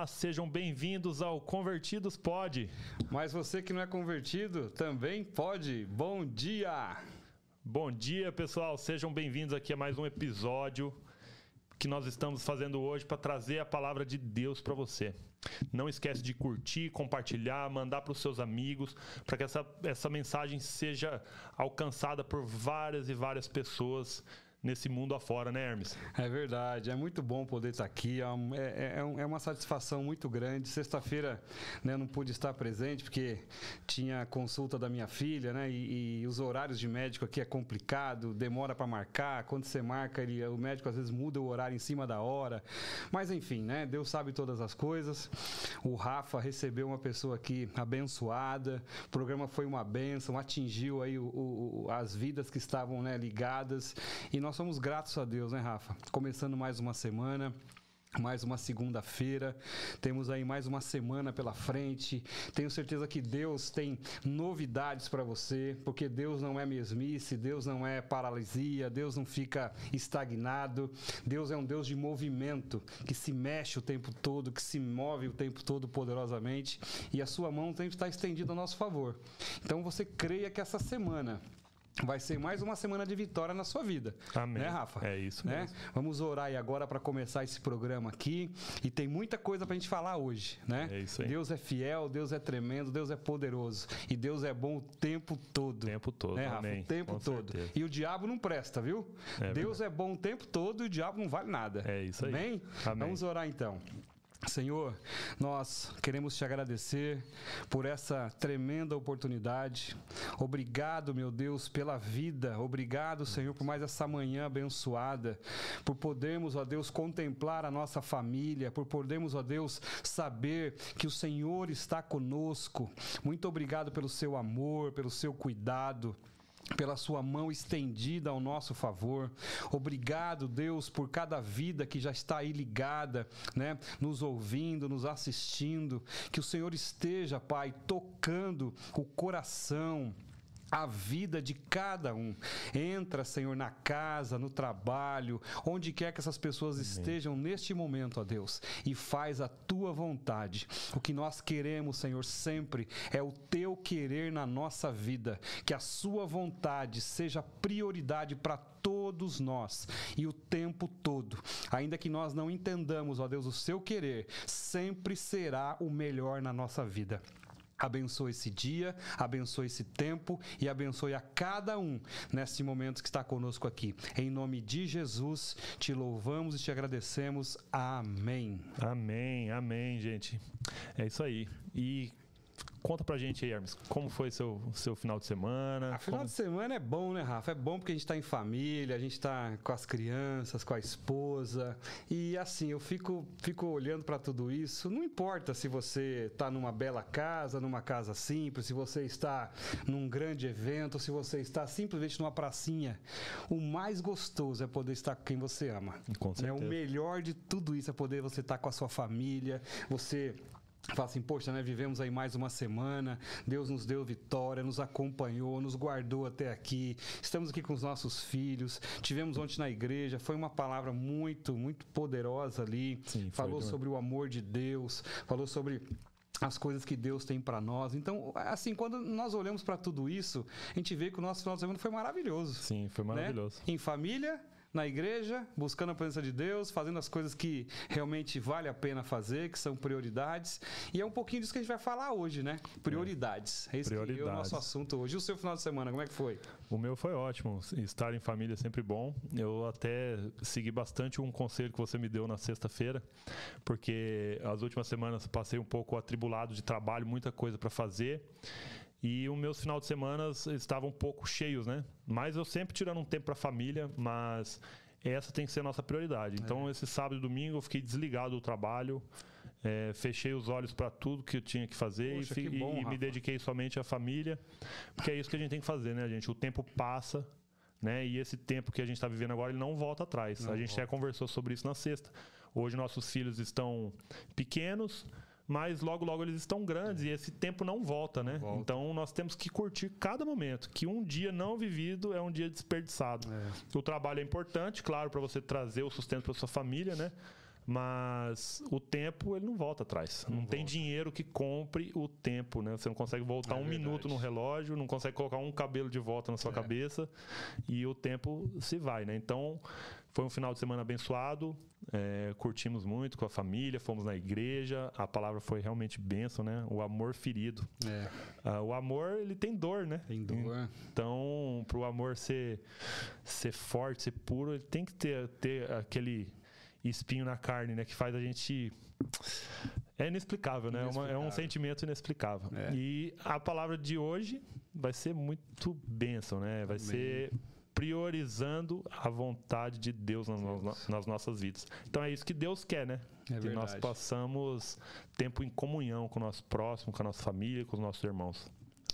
Olá, sejam bem-vindos ao Convertidos Pode. Mas você que não é convertido também pode. Bom dia! Bom dia, pessoal. Sejam bem-vindos aqui a mais um episódio que nós estamos fazendo hoje para trazer a palavra de Deus para você. Não esquece de curtir, compartilhar, mandar para os seus amigos, para que essa mensagem seja alcançada por várias e várias pessoas nesse mundo afora, né, Hermes? É verdade, é muito bom poder estar aqui, é uma satisfação muito grande. Sexta-feira, né, não pude estar presente porque tinha consulta da minha filha, né, e os horários de médico aqui é complicado, demora para marcar, quando você marca, o médico às vezes muda o horário em cima da hora, mas enfim, né, Deus sabe todas as coisas. O Rafa recebeu uma pessoa aqui abençoada, o programa foi uma bênção, atingiu aí as vidas que estavam, né, ligadas, e nós somos gratos a Deus, né, Rafa? Começando mais uma semana, mais uma segunda-feira, temos aí mais uma semana pela frente. Tenho certeza que Deus tem novidades para você, porque Deus não é mesmice, Deus não é paralisia, Deus não fica estagnado. Deus é um Deus de movimento, que se mexe o tempo todo, que se move o tempo todo poderosamente, e a sua mão sempre está estendida a nosso favor. Então você creia que essa semana vai ser mais uma semana de vitória na sua vida. Amém. Né, Rafa? É isso mesmo. Né? Vamos orar aí agora para começar esse programa aqui. E tem muita coisa para a gente falar hoje, né? É isso aí. Deus é fiel, Deus é tremendo, Deus é poderoso. E Deus é bom o tempo todo. O tempo todo, né, Rafa? amém. O tempo Com todo. certeza. E o diabo não presta, viu? Deus é bom o tempo todo e o diabo não vale nada. É isso aí. Amém? Amém. Vamos orar então. Senhor, nós queremos te agradecer por essa tremenda oportunidade. Obrigado, meu Deus, pela vida. Obrigado, Senhor, por mais essa manhã abençoada, por podermos, ó Deus, contemplar a nossa família, por podermos, ó Deus, saber que o Senhor está conosco. Muito obrigado pelo seu amor, pelo seu cuidado, pela sua mão estendida ao nosso favor. Obrigado, Deus, por cada vida que já está aí ligada, né, nos ouvindo, nos assistindo. Que o Senhor esteja, Pai, tocando o coração, a vida de cada um. Entra, Senhor, na casa, no trabalho, onde quer que essas pessoas estejam neste momento, ó Deus, e faz a tua vontade. O que nós queremos, Senhor, sempre é o teu querer na nossa vida, que a sua vontade seja prioridade para todos nós e o tempo todo. Ainda que nós não entendamos, ó Deus, o seu querer, sempre será o melhor na nossa vida. Abençoe esse dia, abençoe esse tempo e abençoe a cada um nesse momento que está conosco aqui. Em nome de Jesus, te louvamos e te agradecemos. Amém. Amém, amém, gente. É isso aí. E conta pra gente aí, Hermes, como foi seu final de semana? Final de semana é bom, né, Rafa? É bom porque a gente tá em família, a gente tá com as crianças, com a esposa. E assim, eu fico olhando para tudo isso. Não importa se você tá numa bela casa, numa casa simples, se você está num grande evento, se você está simplesmente numa pracinha. O mais gostoso é poder estar com quem você ama. Com certeza. O melhor de tudo isso é poder você estar com a sua família, você fala assim, poxa, né, vivemos aí mais uma semana, Deus nos deu vitória, nos acompanhou, nos guardou até aqui, estamos aqui com os nossos filhos, tivemos ontem na igreja, foi uma palavra muito, muito poderosa ali. Sim, falou sobre o amor de Deus, falou sobre as coisas que Deus tem para nós. Então, assim, quando nós olhamos para tudo isso, a gente vê que o nosso final de semana foi maravilhoso. Sim, foi maravilhoso. Né? Em família, na igreja, buscando a presença de Deus, fazendo as coisas que realmente vale a pena fazer, que são prioridades. E é um pouquinho disso que a gente vai falar hoje, né? Prioridades. É isso que é o nosso assunto hoje. E o seu final de semana, como é que foi? O meu foi ótimo. Estar em família é sempre bom. Eu até segui bastante um conselho que você me deu na sexta-feira, porque as últimas semanas passei um pouco atribulado de trabalho, muita coisa para fazer. E os meus finais de semana estavam um pouco cheios, né? Mas eu sempre tirando um tempo para a família, mas essa tem que ser a nossa prioridade. Então, esse sábado e domingo eu fiquei desligado do trabalho, fechei os olhos para tudo que eu tinha que fazer. Poxa, que bom, e me dediquei somente à família, porque é isso que a gente tem que fazer, né, gente? O tempo passa, né? E esse tempo que a gente está vivendo agora, ele não volta atrás. A gente até conversou sobre isso na sexta. Hoje nossos filhos estão pequenos, mas logo, logo eles estão grandes e esse tempo não volta, né? Volta. Então, nós temos que curtir cada momento, que um dia não vivido é um dia desperdiçado. O trabalho é importante, claro, para você trazer o sustento para sua família, né? Mas o tempo, ele não volta atrás. Não tem dinheiro que compre o tempo, né? Você não consegue voltar um minuto no relógio, não consegue colocar um cabelo de volta na sua cabeça e o tempo se vai, né? Então, foi um final de semana abençoado, curtimos muito com a família, fomos na igreja, a palavra foi realmente bênção, né? O amor ferido. O amor, ele tem dor, né? Tem dor. Então, para o amor ser forte, ser puro, ele tem que ter aquele espinho na carne, né? Que faz a gente... É inexplicável, né? É um sentimento inexplicável. E a palavra de hoje vai ser muito bênção, né? Vai ser priorizando a vontade de Deus nas nossas vidas. Então é isso que Deus quer, né? Que nós passamos tempo em comunhão com o nosso próximo, com a nossa família, com os nossos irmãos.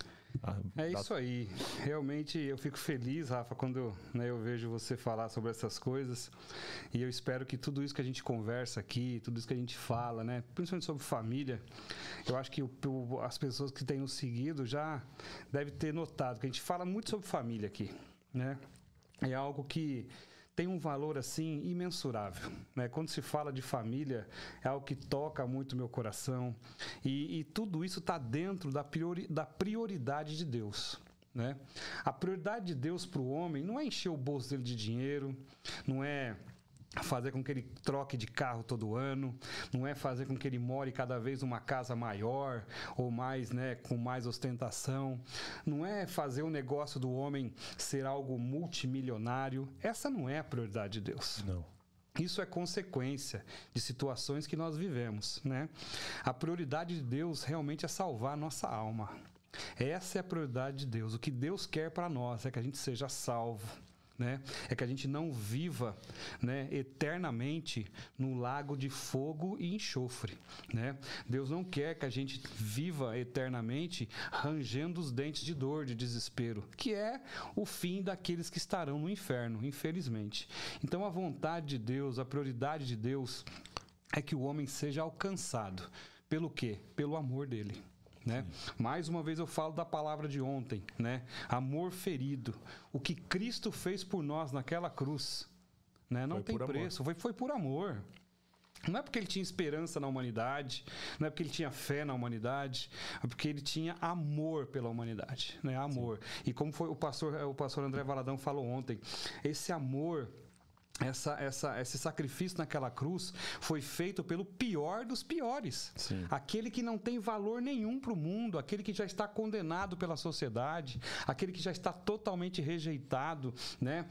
Isso aí. Realmente eu fico feliz, Rafa, quando eu vejo você falar sobre essas coisas, e eu espero que tudo isso que a gente conversa aqui, tudo isso que a gente fala, né, principalmente sobre família, eu acho que as pessoas que têm nos seguido já devem ter notado que a gente fala muito sobre família aqui, né? É algo que tem um valor assim imensurável, né? Quando se fala de família, é algo que toca muito meu coração, e tudo isso está dentro da prioridade de Deus, né? A prioridade de Deus para o homem não é encher o bolso dele de dinheiro, não é fazer com que ele troque de carro todo ano, não é fazer com que ele more cada vez numa casa maior ou mais, né, com mais ostentação, não é fazer o negócio do homem ser algo multimilionário. Essa não é a prioridade de Deus. Não. Isso é consequência de situações que nós vivemos, né? A prioridade de Deus realmente é salvar a nossa alma. Essa é a prioridade de Deus. O que Deus quer para nós é que a gente seja salvo, né? É que a gente não viva, né, eternamente no lago de fogo e enxofre, né? Deus não quer que a gente viva eternamente rangendo os dentes de dor, de desespero, que é o fim daqueles que estarão no inferno, infelizmente. Então a vontade de Deus, a prioridade de Deus é que o homem seja alcançado. Pelo quê? Pelo amor dele, né? Mais uma vez eu falo da palavra de ontem, né? Amor ferido. O que Cristo fez por nós naquela cruz, né? Não tem preço, foi por amor. Não é porque ele tinha esperança na humanidade, não é porque ele tinha fé na humanidade, é porque ele tinha amor pela humanidade, né? Amor. Sim. E como foi o pastor André Valadão falou ontem, esse amor, esse sacrifício naquela cruz foi feito pelo pior dos piores. Sim. Aquele que não tem valor nenhum para o mundo, aquele que já está condenado pela sociedade, aquele que já está totalmente rejeitado, né?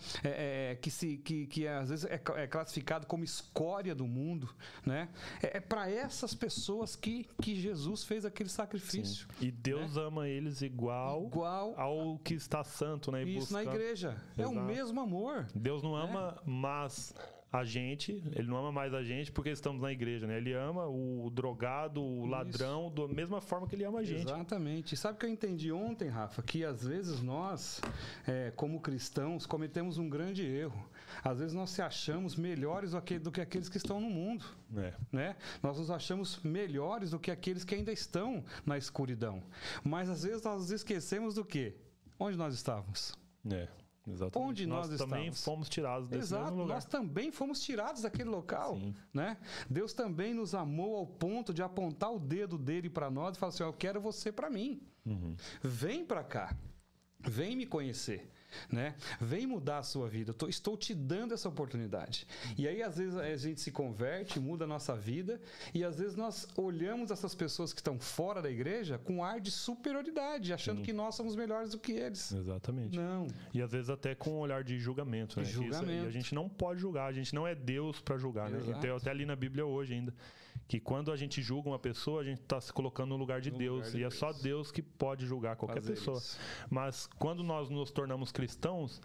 Que às vezes é classificado como escória do mundo, né? É para essas pessoas que Jesus fez aquele sacrifício. Sim. E Deus, né, ama eles igual ao que está santo, né? Isso na igreja. Exato. É o mesmo amor. Deus não ama mais a gente, ele não ama mais a gente porque estamos na igreja, né? Ele ama o drogado, o ladrão, da mesma forma que ele ama a gente. Exatamente. Sabe o que eu entendi ontem, Rafa? Que às vezes nós, como cristãos, cometemos um grande erro. Às vezes nós se achamos melhores do que aqueles que estão no mundo. Né? Nós nos achamos melhores do que aqueles que ainda estão na escuridão. Mas às vezes nós esquecemos do quê? Onde nós estávamos. Exatamente. Onde nós também fomos tirados desse mesmo lugar. Nós também fomos tirados daquele local. Sim. Né? Deus também nos amou ao ponto de apontar o dedo dele para nós e falar assim, eu quero você para mim. Uhum. Vem para cá. Vem me conhecer. Né? Vem mudar a sua vida, estou te dando essa oportunidade. E aí às vezes a gente se converte, muda a nossa vida, e às vezes nós olhamos essas pessoas que estão fora da igreja com ar de superioridade, achando que nós somos melhores do que eles. Exatamente. Não. E às vezes até com um olhar de julgamento, né? E a gente não pode julgar, a gente não é Deus para julgar, né? Então, até ali na Bíblia hoje ainda, que quando a gente julga uma pessoa, a gente está se colocando no lugar de Deus, e é só Deus que pode julgar qualquer pessoa. Isso. Mas quando nós nos tornamos cristãos,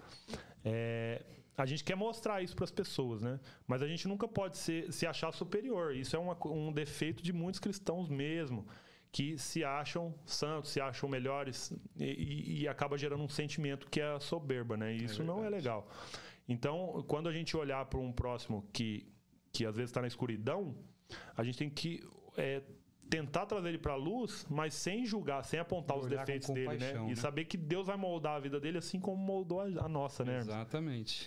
a gente quer mostrar isso para as pessoas, né? Mas a gente nunca pode se achar superior. Isso é um defeito de muitos cristãos mesmo, que se acham santos, se acham melhores, e acaba gerando um sentimento que é a soberba, né? E isso não é legal. Então, quando a gente olhar para um próximo que às vezes está na escuridão, a gente tem que tentar trazer ele para a luz, mas sem julgar, sem apontar os defeitos dele, né? E saber que Deus vai moldar a vida dele assim como moldou a nossa, né? Exatamente.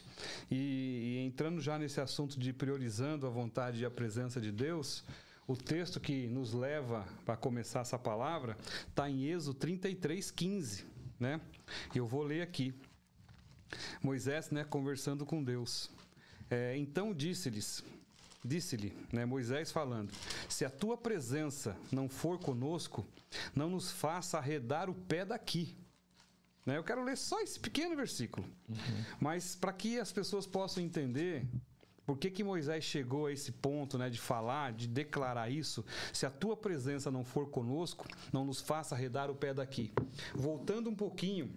E entrando já nesse assunto de priorizando a vontade e a presença de Deus, o texto que nos leva para começar essa palavra está em Êxodo 33:15, né? Eu vou ler aqui. Moisés, né, conversando com Deus. Então disse-lhe, né, Moisés falando: se a tua presença não for conosco, não nos faça arredar o pé daqui. Né? Eu quero ler só esse pequeno versículo. Mas para que as pessoas possam entender por que Moisés chegou a esse ponto, né, de falar, de declarar isso, se a tua presença não for conosco, não nos faça arredar o pé daqui. Voltando um pouquinho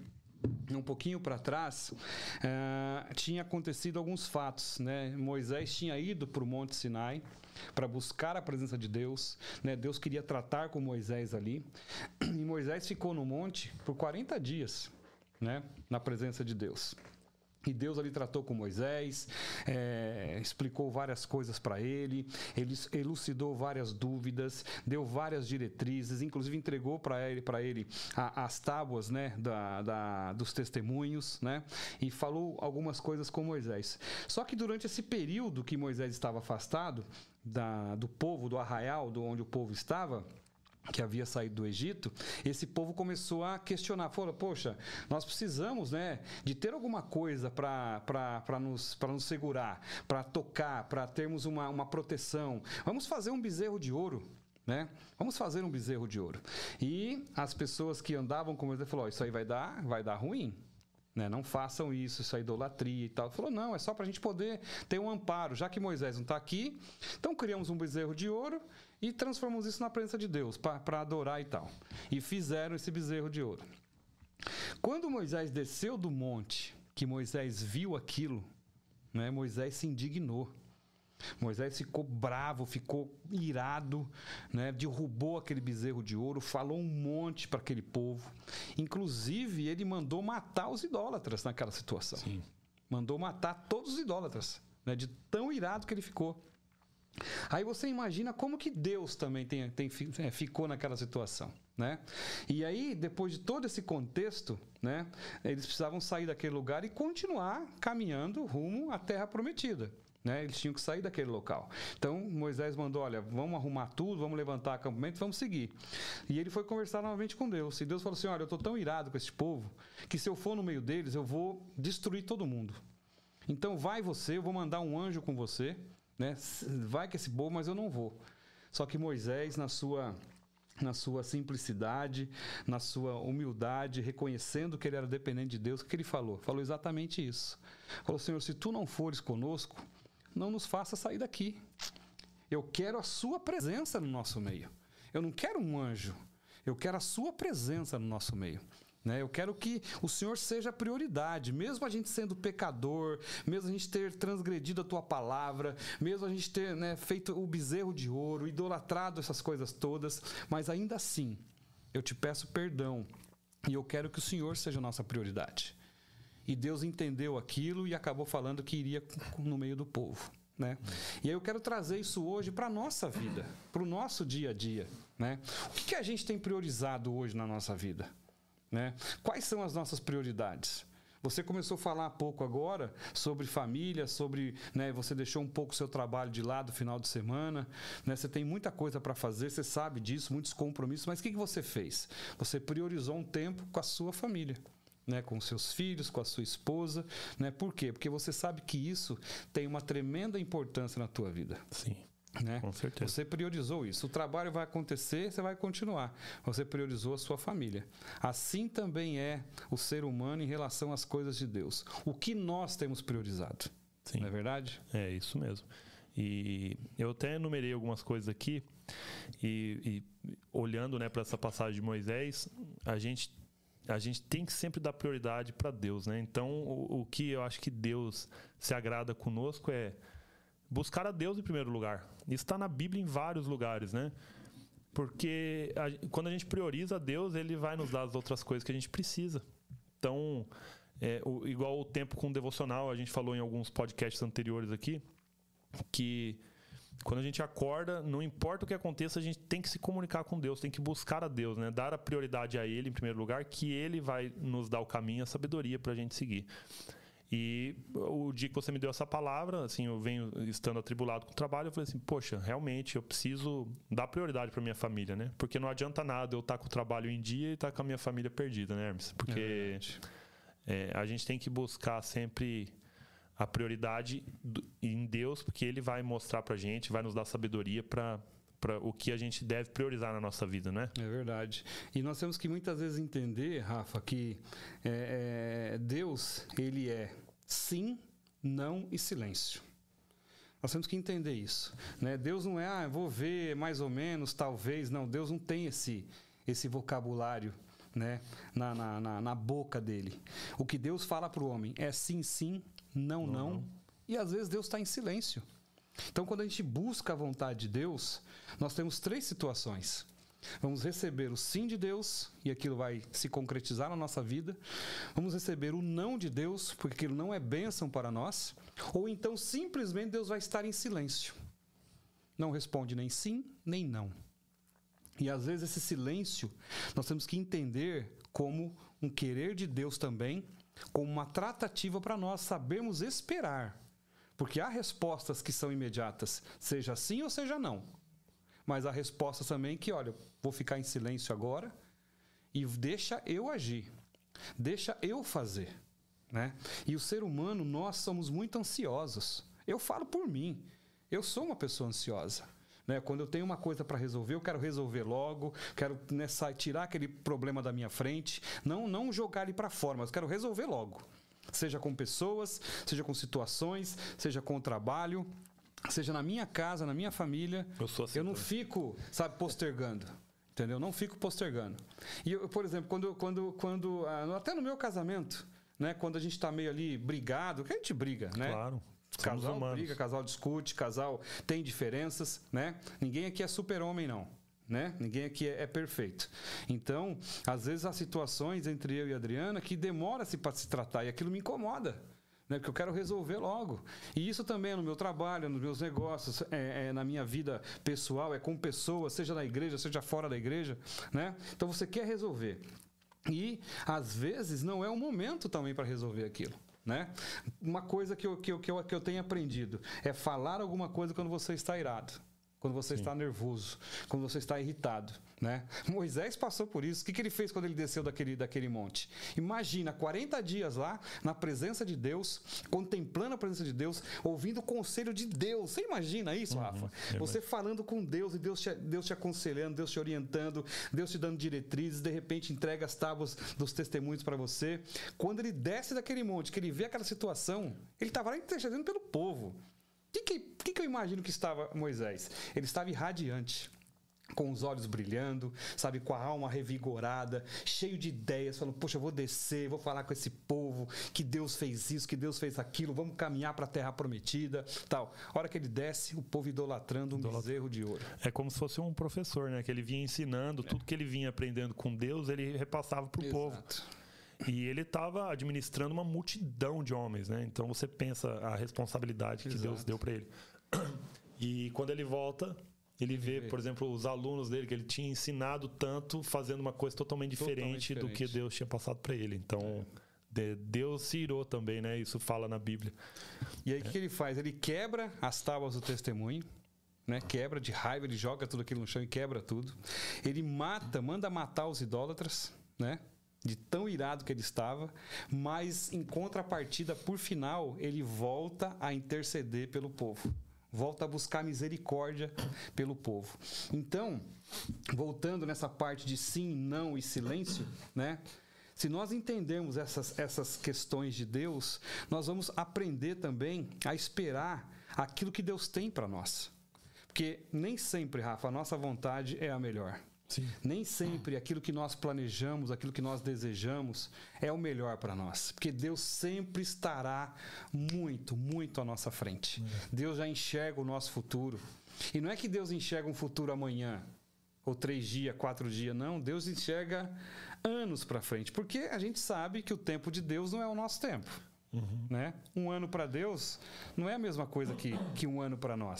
para trás, tinha acontecido alguns fatos, né? Moisés tinha ido para o Monte Sinai para buscar a presença de Deus, né? Deus queria tratar com Moisés ali, e Moisés ficou no monte por 40 dias, né? Na presença de Deus. E Deus ali tratou com Moisés, explicou várias coisas para ele elucidou várias dúvidas, deu várias diretrizes, inclusive entregou para ele as tábuas, né, dos testemunhos, né, e falou algumas coisas com Moisés. Só que durante esse período que Moisés estava afastado do povo, do arraial, onde o povo estava, que havia saído do Egito, esse povo começou a questionar, falou: poxa, nós precisamos, né, de ter alguma coisa para nos segurar, para tocar, para termos uma proteção. Vamos fazer um bezerro de ouro, né? Vamos fazer um bezerro de ouro. E as pessoas que andavam com Moisés falaram: isso aí vai dar ruim. Né? Não façam isso é idolatria e tal. Ele falou: não, é só para a gente poder ter um amparo. Já que Moisés não está aqui, então criamos um bezerro de ouro e transformamos isso na presença de Deus, para adorar e tal. E fizeram esse bezerro de ouro. Quando Moisés desceu do monte, que Moisés viu aquilo, né, Moisés se indignou. Moisés ficou bravo, ficou irado, né? Derrubou aquele bezerro de ouro, falou um monte para aquele povo. Inclusive, ele mandou matar os idólatras naquela situação. Sim. Mandou matar todos os idólatras, né? De tão irado que ele ficou. Aí você imagina como que Deus também ficou naquela situação, né? E aí, depois de todo esse contexto, né, eles precisavam sair daquele lugar e continuar caminhando rumo à Terra Prometida. Né? Eles tinham que sair daquele local. Então Moisés mandou: olha, vamos arrumar tudo, vamos levantar acampamento, vamos seguir. E ele foi conversar novamente com Deus. E Deus falou assim: olha, eu estou tão irado com esse povo que se eu for no meio deles, eu vou destruir todo mundo. Então vai você, eu vou mandar um anjo com você, né? Vai com esse povo, mas eu não vou. Só que Moisés, na sua simplicidade, na sua humildade, reconhecendo que ele era dependente de Deus, o que ele falou? Falou exatamente isso. Falou: Senhor, se tu não fores conosco, não nos faça sair daqui. Eu quero a sua presença no nosso meio. Eu não quero um anjo. Eu quero a sua presença no nosso meio. Né? Eu quero que o Senhor seja a prioridade, mesmo a gente sendo pecador, mesmo a gente ter transgredido a tua palavra, mesmo a gente ter, né, feito o bezerro de ouro, idolatrado essas coisas todas, mas ainda assim, eu te peço perdão e eu quero que o Senhor seja a nossa prioridade. E Deus entendeu aquilo e acabou falando que iria no meio do povo. Né? E aí eu quero trazer isso hoje para a nossa vida, para o nosso dia a dia. Né? O que a gente tem priorizado hoje na nossa vida? Né? Quais são as nossas prioridades? Você começou a falar há pouco agora sobre família, sobre, né, você deixou um pouco o seu trabalho de lado no final de semana, né? Você tem muita coisa para fazer, você sabe disso, muitos compromissos, mas o que você fez? Você priorizou um tempo com a sua família. Né, com seus filhos, com a sua esposa, né? Por quê? Porque você sabe que isso tem uma tremenda importância na tua vida. Sim, né? Com certeza. Você priorizou isso. O trabalho vai acontecer, você vai continuar. Você priorizou a sua família. Assim também é o ser humano em relação às coisas de Deus. O que nós temos priorizado. Sim. Não é verdade? É isso mesmo. E eu até enumerei algumas coisas aqui e olhando, né, para essa passagem de Moisés, a gente tem que sempre dar prioridade para Deus, né? Então, o que eu acho que Deus se agrada conosco é buscar a Deus em primeiro lugar. Isso está na Bíblia em vários lugares, né? Porque quando a gente prioriza a Deus, Ele vai nos dar as outras coisas que a gente precisa. Então, igual o tempo com o devocional, a gente falou em alguns podcasts anteriores aqui, que quando a gente acorda, não importa o que aconteça, a gente tem que se comunicar com Deus, tem que buscar a Deus, né? Dar a prioridade a Ele em primeiro lugar, que Ele vai nos dar o caminho, a sabedoria para a gente seguir. E o dia que você me deu essa palavra, assim, eu venho estando atribulado com o trabalho, eu falei assim, poxa, realmente eu preciso dar prioridade para minha família, né? Porque não adianta nada eu estar com o trabalho em dia e estar com a minha família perdida, né, Hermes? Porque a gente tem que buscar sempre a prioridade em Deus, porque Ele vai mostrar pra gente, vai nos dar sabedoria para o que a gente deve priorizar na nossa vida, né? É verdade. E nós temos que muitas vezes entender, Rafa, que Deus, Ele é sim, não e silêncio. Nós temos que entender isso, né? Deus não é, vou ver mais ou menos, talvez. Não, Deus não tem esse vocabulário, né, na boca dele. O que Deus fala para o homem é sim, sim, não, não. E às vezes Deus está em silêncio. Então, quando a gente busca a vontade de Deus, nós temos 3 situações. Vamos receber o sim de Deus, e aquilo vai se concretizar na nossa vida. Vamos receber o não de Deus, porque aquilo não é bênção para nós. Ou então, simplesmente, Deus vai estar em silêncio. Não responde nem sim, nem não. E às vezes esse silêncio, nós temos que entender como um querer de Deus também, como uma tratativa para nós sabermos esperar. Porque há respostas que são imediatas, seja sim ou seja não. Mas há respostas também que, olha, vou ficar em silêncio agora e deixa eu agir, deixa eu fazer, né? E o ser humano, nós somos muito ansiosos. Eu falo por mim, eu sou uma pessoa ansiosa. Quando eu tenho uma coisa para resolver, eu quero resolver logo, quero tirar aquele problema da minha frente, não jogar ele para fora, mas eu quero resolver logo. Seja com pessoas, seja com situações, seja com o trabalho, seja na minha casa, na minha família. Eu sou assim, eu não fico, postergando. Entendeu? Eu não fico postergando. E eu, por exemplo, quando até no meu casamento, né, quando a gente está meio ali brigado, que a gente briga, né? Claro. Casal briga, casal discute, casal tem diferenças, né? Ninguém aqui é super-homem, não, né? Ninguém aqui é perfeito. Então, às vezes há situações entre eu e a Adriana que demora-se para se tratar e aquilo me incomoda, né? Porque eu quero resolver logo. E isso também é no meu trabalho, nos meus negócios, na minha vida pessoal, é com pessoas, seja na igreja, seja fora da igreja, né? Então você quer resolver. E, às vezes, não é o momento também para resolver aquilo. Né? Uma coisa que eu tenho aprendido é falar alguma coisa quando você está irado, quando você está nervoso, quando você está irritado, né? Moisés passou por isso. O que ele fez quando ele desceu daquele monte? Imagina, 40 dias lá, na presença de Deus, contemplando a presença de Deus, ouvindo o conselho de Deus. Você imagina isso, Rafa? Você falando com Deus e Deus te aconselhando, Deus te orientando, Deus te dando diretrizes, de repente entrega as tábuas dos testemunhos para você. Quando ele desce daquele monte, que ele vê aquela situação, ele estava lá intercedendo pelo povo. O que eu imagino que estava Moisés? Ele estava irradiante, com os olhos brilhando, com a alma revigorada, cheio de ideias, falando, poxa, eu vou descer, vou falar com esse povo, que Deus fez isso, que Deus fez aquilo, vamos caminhar para a terra prometida, tal. A hora que ele desce, o povo idolatrando um bezerro de ouro. É como se fosse um professor, né? Que ele vinha ensinando, tudo que ele vinha aprendendo com Deus, ele repassava para o povo. E ele estava administrando uma multidão de homens, né? Então você pensa a responsabilidade que Deus deu para ele. E quando ele volta, ele vê, por exemplo, os alunos dele, que ele tinha ensinado tanto, fazendo uma coisa totalmente diferente do que Deus tinha passado para ele. Então, Deus se irou também, né? Isso fala na Bíblia. E aí o que ele faz? Ele quebra as tábuas do testemunho, né? Quebra de raiva, ele joga tudo aquilo no chão e quebra tudo. Ele manda matar os idólatras, né? De tão irado que ele estava, mas em contrapartida, por final, ele volta a interceder pelo povo, volta a buscar misericórdia pelo povo. Então, voltando nessa parte de sim, não e silêncio, né? Se nós entendermos essas questões de Deus, nós vamos aprender também a esperar aquilo que Deus tem para nós. Porque nem sempre, Rafa, a nossa vontade é a melhor. Sim. Nem sempre aquilo que nós planejamos, aquilo que nós desejamos é o melhor para nós. Porque Deus sempre estará muito, muito à nossa frente. Deus já enxerga o nosso futuro. E não é que Deus enxerga um futuro amanhã, ou 3 dias, 4 dias. Não, Deus enxerga anos para frente. Porque a gente sabe que o tempo de Deus não é o nosso tempo. Né? Um ano para Deus não é a mesma coisa que um ano para nós.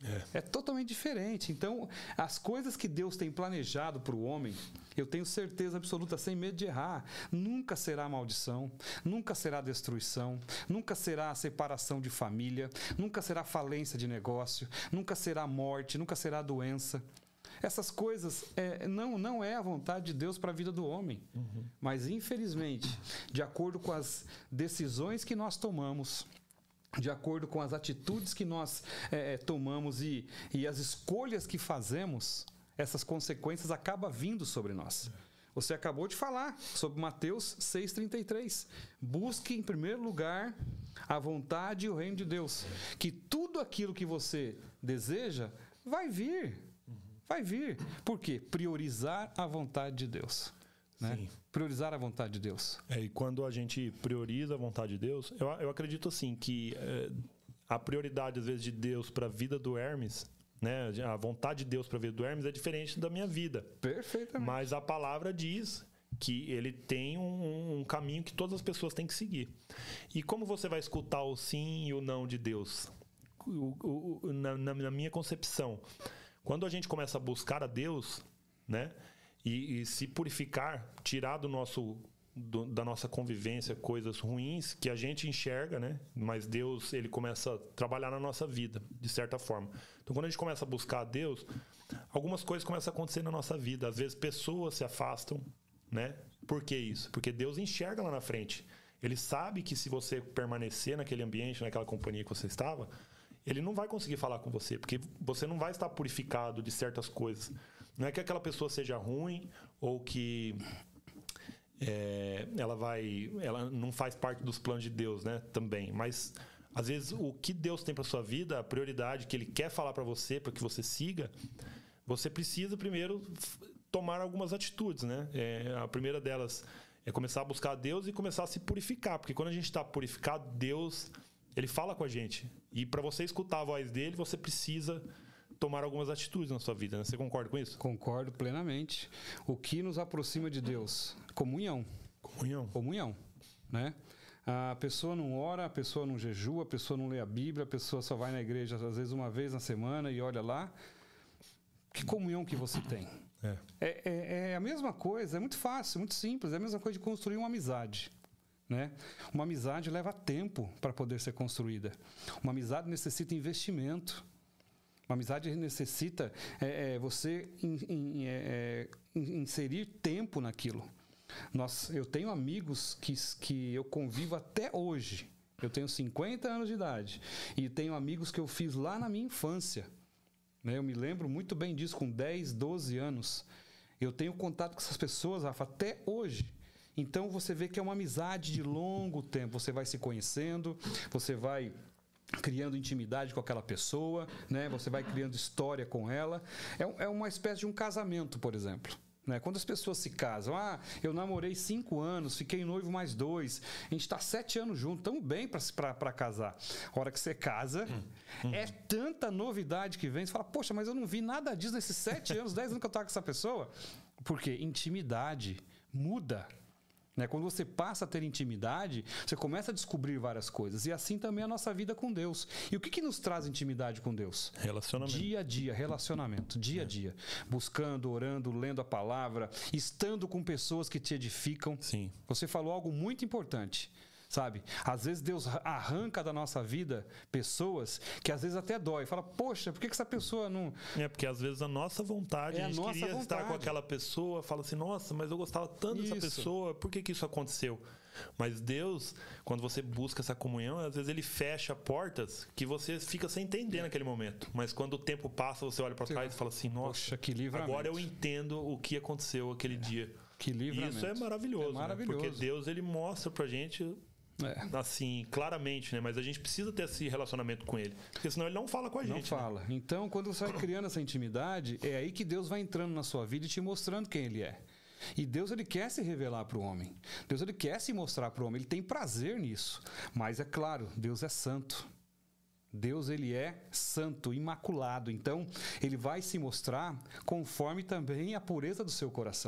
É totalmente diferente. Então, as coisas que Deus tem planejado para o homem, eu tenho certeza absoluta, sem medo de errar, nunca será maldição, nunca será destruição, nunca será separação de família, nunca será falência de negócio, nunca será morte, nunca será doença. Essas coisas não é a vontade de Deus para a vida do homem. Mas, infelizmente, de acordo com as decisões que nós tomamos, de acordo com as atitudes que nós tomamos e as escolhas que fazemos, essas consequências acabam vindo sobre nós. Você acabou de falar sobre Mateus 6,33. Busque em primeiro lugar a vontade e o reino de Deus. Que tudo aquilo que você deseja vai vir. Vai vir. Por quê? Priorizar a vontade de Deus. Né? Sim. Priorizar a vontade de Deus. E quando a gente prioriza a vontade de Deus, eu acredito assim que a prioridade às vezes de Deus para a vida do Hermes, né, a vontade de Deus para a vida do Hermes é diferente da minha vida. Perfeitamente. Mas a palavra diz que ele tem um caminho que todas as pessoas têm que seguir. E como você vai escutar o sim e o não de Deus? Na minha concepção, quando a gente começa a buscar a Deus, né? E se purificar, tirar da nossa convivência coisas ruins que a gente enxerga, né? Mas Deus, ele começa a trabalhar na nossa vida, de certa forma. Então, quando a gente começa a buscar a Deus, algumas coisas começam a acontecer na nossa vida. Às vezes, pessoas se afastam, né? Por que isso? Porque Deus enxerga lá na frente. Ele sabe que se você permanecer naquele ambiente, naquela companhia que você estava, ele não vai conseguir falar com você, porque você não vai estar purificado de certas coisas. Não é que aquela pessoa seja ruim ou que ela não faz parte dos planos de Deus, né? Também. Mas, às vezes, o que Deus tem para sua vida, a prioridade que Ele quer falar para você, para que você siga, você precisa primeiro tomar algumas atitudes, né? A primeira delas é começar a buscar a Deus e começar a se purificar. Porque quando a gente está purificado, Deus, Ele fala com a gente. E para você escutar a voz dEle, você precisa tomar algumas atitudes na sua vida, né? Você concorda com isso? Concordo plenamente. O que nos aproxima de Deus? Comunhão. Comunhão, né? A pessoa não ora, a pessoa não jejua, a pessoa não lê a Bíblia, a pessoa só vai na igreja às vezes uma vez na semana e olha lá. Que comunhão que você tem? É a mesma coisa, é muito fácil, muito simples, é a mesma coisa de construir uma amizade. Né? Uma amizade leva tempo para poder ser construída. Uma amizade necessita investimento. Uma amizade necessita você inserir tempo naquilo. Eu tenho amigos que eu convivo até hoje. Eu tenho 50 anos de idade. E tenho amigos que eu fiz lá na minha infância. Né? Eu me lembro muito bem disso, com 10, 12 anos. Eu tenho contato com essas pessoas, Rafa, até hoje. Então você vê que é uma amizade de longo tempo. Você vai se conhecendo, você vai criando intimidade com aquela pessoa, né? Você vai criando história com ela. É uma espécie de um casamento, por exemplo. Né? Quando as pessoas se casam, eu namorei 5 anos, fiquei noivo mais 2, a gente está 7 anos juntos, estamos bem para casar. A hora que você casa, é tanta novidade que vem, você fala, poxa, mas eu não vi nada disso nesses 7 anos, 10 anos que eu estava com essa pessoa. Porque intimidade muda. Né? Quando você passa a ter intimidade, você começa a descobrir várias coisas. E assim também é a nossa vida com Deus. E o que nos traz intimidade com Deus? Relacionamento. Dia a dia, relacionamento. Dia a dia. Buscando, orando, lendo a palavra, estando com pessoas que te edificam. Sim. Você falou algo muito importante. Sabe? Às vezes Deus arranca da nossa vida pessoas que às vezes até dói. Fala, poxa, por que essa pessoa não... Porque às vezes a nossa vontade, a gente queria estar com aquela pessoa, fala assim, nossa, mas eu gostava tanto dessa pessoa, por que isso aconteceu? Mas Deus, quando você busca essa comunhão, às vezes Ele fecha portas que você fica sem entender naquele momento. Mas quando o tempo passa, você olha para trás e fala assim, nossa, poxa, que livramento. Agora eu entendo o que aconteceu aquele dia. Que livramento. E isso é maravilhoso, né? Porque Deus, Ele mostra pra gente... assim, claramente, né? Mas a gente precisa ter esse relacionamento com Ele, porque senão Ele não fala com a gente. Não fala. Né? Então, quando você vai criando essa intimidade, é aí que Deus vai entrando na sua vida e te mostrando quem Ele é. E Deus, Ele quer se revelar para o homem. Deus, Ele quer se mostrar para o homem. Ele tem prazer nisso. Mas, é claro, Deus é santo. Deus, Ele é santo, imaculado. Então, Ele vai se mostrar conforme também a pureza do seu coração.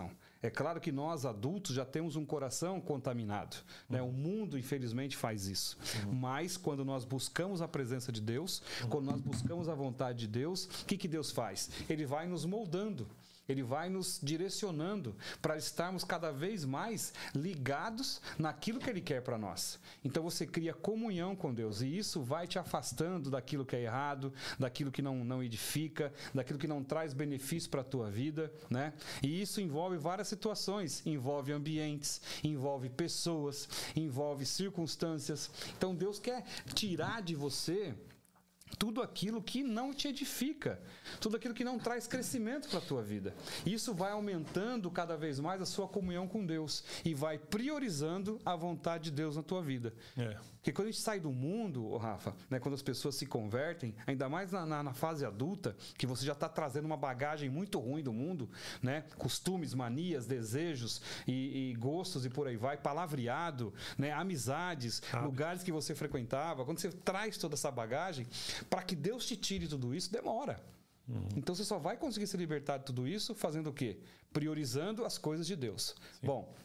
É claro que nós, adultos, já temos um coração contaminado, né? O mundo, infelizmente, faz isso. Mas, quando nós buscamos a presença de Deus, quando nós buscamos a vontade de Deus, o que Deus faz? Ele vai nos moldando. Ele vai nos direcionando para estarmos cada vez mais ligados naquilo que Ele quer para nós. Então você cria comunhão com Deus e isso vai te afastando daquilo que é errado, daquilo que não edifica, daquilo que não traz benefício para a tua vida, né? E isso envolve várias situações, envolve ambientes, envolve pessoas, envolve circunstâncias. Então Deus quer tirar de você tudo aquilo que não te edifica, tudo aquilo que não traz crescimento para a tua vida. Isso vai aumentando cada vez mais a sua comunhão com Deus e vai priorizando a vontade de Deus na tua vida. Porque quando a gente sai do mundo, Rafa, né, quando as pessoas se convertem, ainda mais na fase adulta, que você já está trazendo uma bagagem muito ruim do mundo, né, costumes, manias, desejos e gostos e por aí vai, palavreado, né, amizades, lugares que você frequentava. Quando você traz toda essa bagagem, para que Deus te tire tudo isso, demora. Então você só vai conseguir se libertar de tudo isso fazendo o quê? Priorizando as coisas de Deus. Sim. Bom,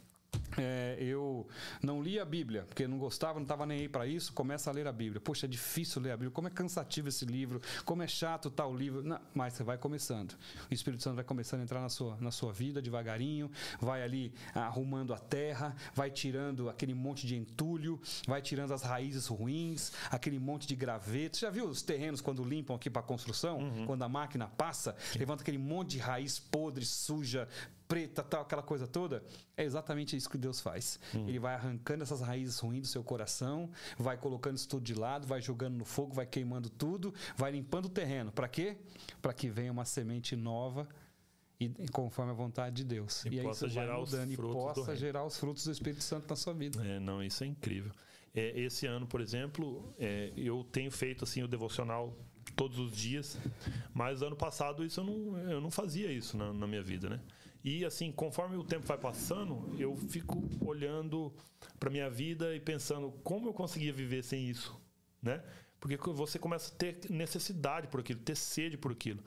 eu não li a Bíblia, porque não gostava, não estava nem aí para isso. Começa a ler a Bíblia. Poxa, é difícil ler a Bíblia, como é cansativo esse livro, como é chato tal livro. Não, mas você vai começando. O Espírito Santo vai começando a entrar na sua vida devagarinho, vai ali arrumando a terra, vai tirando aquele monte de entulho, vai tirando as raízes ruins, aquele monte de graveto. Você já viu os terrenos quando limpam aqui para construção? Quando a máquina passa, levanta aquele monte de raiz podre, suja, preta, tal, aquela coisa toda. É exatamente isso que Deus faz. Ele vai arrancando essas raízes ruins do seu coração, vai colocando isso tudo de lado, vai jogando no fogo, vai queimando tudo, vai limpando o terreno. Para quê? Para que venha uma semente nova e conforme a vontade de Deus. E aí possa isso vai gerar mudando, os frutos e possa gerar os frutos do Espírito Santo na sua vida. Não, isso é incrível. Esse ano, por exemplo, eu tenho feito assim, o devocional todos os dias, mas ano passado eu não fazia isso na minha vida, né? E assim, conforme o tempo vai passando, eu fico olhando para minha vida e pensando como eu conseguia viver sem isso, né? Porque você começa a ter necessidade por aquilo, ter sede por aquilo.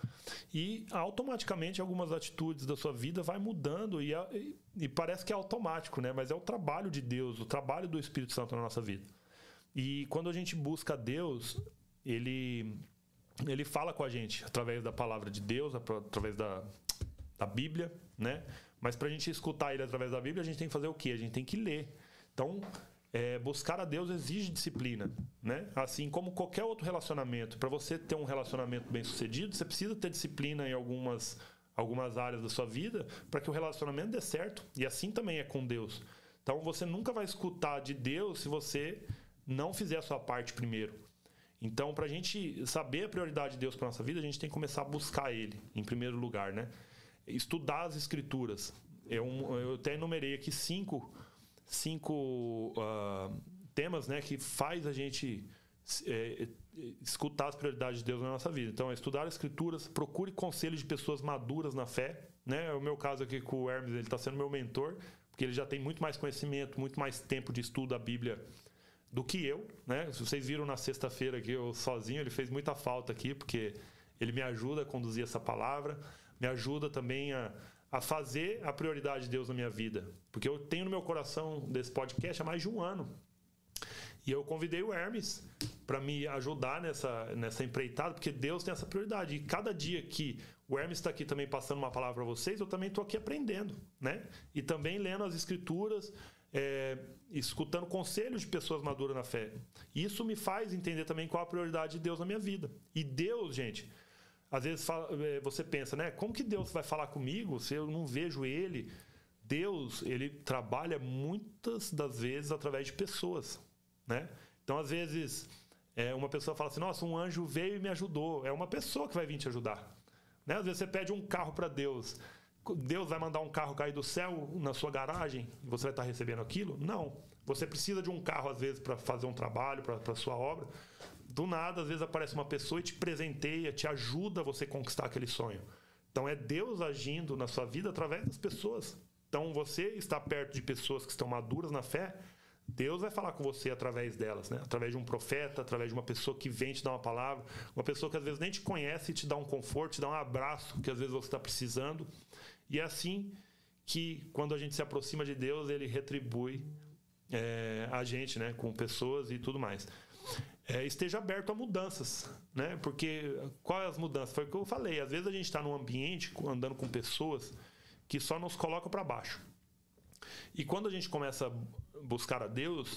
E automaticamente algumas atitudes da sua vida vai mudando e parece que é automático, né? Mas é o trabalho de Deus, o trabalho do Espírito Santo na nossa vida. E quando a gente busca Deus, Ele fala com a gente através da palavra de Deus, através da Bíblia, né? Mas para a gente escutar Ele através da Bíblia, a gente tem que fazer o quê? A gente tem que ler. Então, buscar a Deus exige disciplina, né? Assim como qualquer outro relacionamento. Para você ter um relacionamento bem sucedido, você precisa ter disciplina em algumas áreas da sua vida para que o relacionamento dê certo. E assim também é com Deus. Então, você nunca vai escutar de Deus se você não fizer a sua parte primeiro. Então, para a gente saber a prioridade de Deus para nossa vida, a gente tem que começar a buscar Ele em primeiro lugar, né? Estudar as Escrituras. Eu até enumerei aqui cinco temas, né, que faz a gente escutar as prioridades de Deus na nossa vida. Então, estudar as Escrituras, procure conselhos de pessoas maduras na fé, né? O meu caso aqui com o Hermes, ele está sendo meu mentor, porque ele já tem muito mais conhecimento, muito mais tempo de estudo da Bíblia do que eu, né? Se vocês viram na sexta-feira aqui, eu sozinho, ele fez muita falta aqui, porque ele me ajuda a conduzir essa palavra, me ajuda também a fazer a prioridade de Deus na minha vida. Porque eu tenho no meu coração desse podcast há mais de um ano. E eu convidei o Hermes para me ajudar nessa empreitada, porque Deus tem essa prioridade. E cada dia que o Hermes está aqui também passando uma palavra para vocês, eu também estou aqui aprendendo, né? E também lendo as Escrituras, escutando conselhos de pessoas maduras na fé. Isso me faz entender também qual a prioridade de Deus na minha vida. E Deus, gente, às vezes você pensa, né? Como que Deus vai falar comigo se eu não vejo Ele? Deus, Ele trabalha muitas das vezes através de pessoas, né? Então, às vezes, uma pessoa fala assim, nossa, um anjo veio e me ajudou. É uma pessoa que vai vir te ajudar, né? Às vezes você pede um carro para Deus. Deus vai mandar um carro cair do céu na sua garagem e você vai estar recebendo aquilo? Não. Você precisa de um carro, às vezes, para fazer um trabalho, para a sua obra. Do nada, às vezes, aparece uma pessoa e te presenteia, te ajuda a você conquistar aquele sonho. Então, é Deus agindo na sua vida através das pessoas. Então, você está perto de pessoas que estão maduras na fé, Deus vai falar com você através delas, né? Através de um profeta, através de uma pessoa que vem te dar uma palavra, uma pessoa que às vezes nem te conhece e te dá um conforto, te dá um abraço que às vezes você está precisando. E é assim que quando a gente se aproxima de Deus, Ele retribui a gente, né, com pessoas e tudo mais. Esteja aberto a mudanças, né? Porque qual é as mudanças? Foi o que eu falei. Às vezes a gente está num ambiente andando com pessoas que só nos colocam para baixo. E quando a gente começa a buscar a Deus,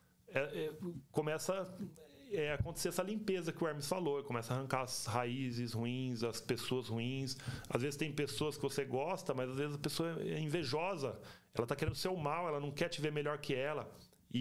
começa a acontecer essa limpeza que o Hermes falou. Começa a arrancar as raízes ruins, as pessoas ruins. Às vezes tem pessoas que você gosta, mas às vezes a pessoa é invejosa. Ela está querendo o seu mal, ela não quer te ver melhor que ela.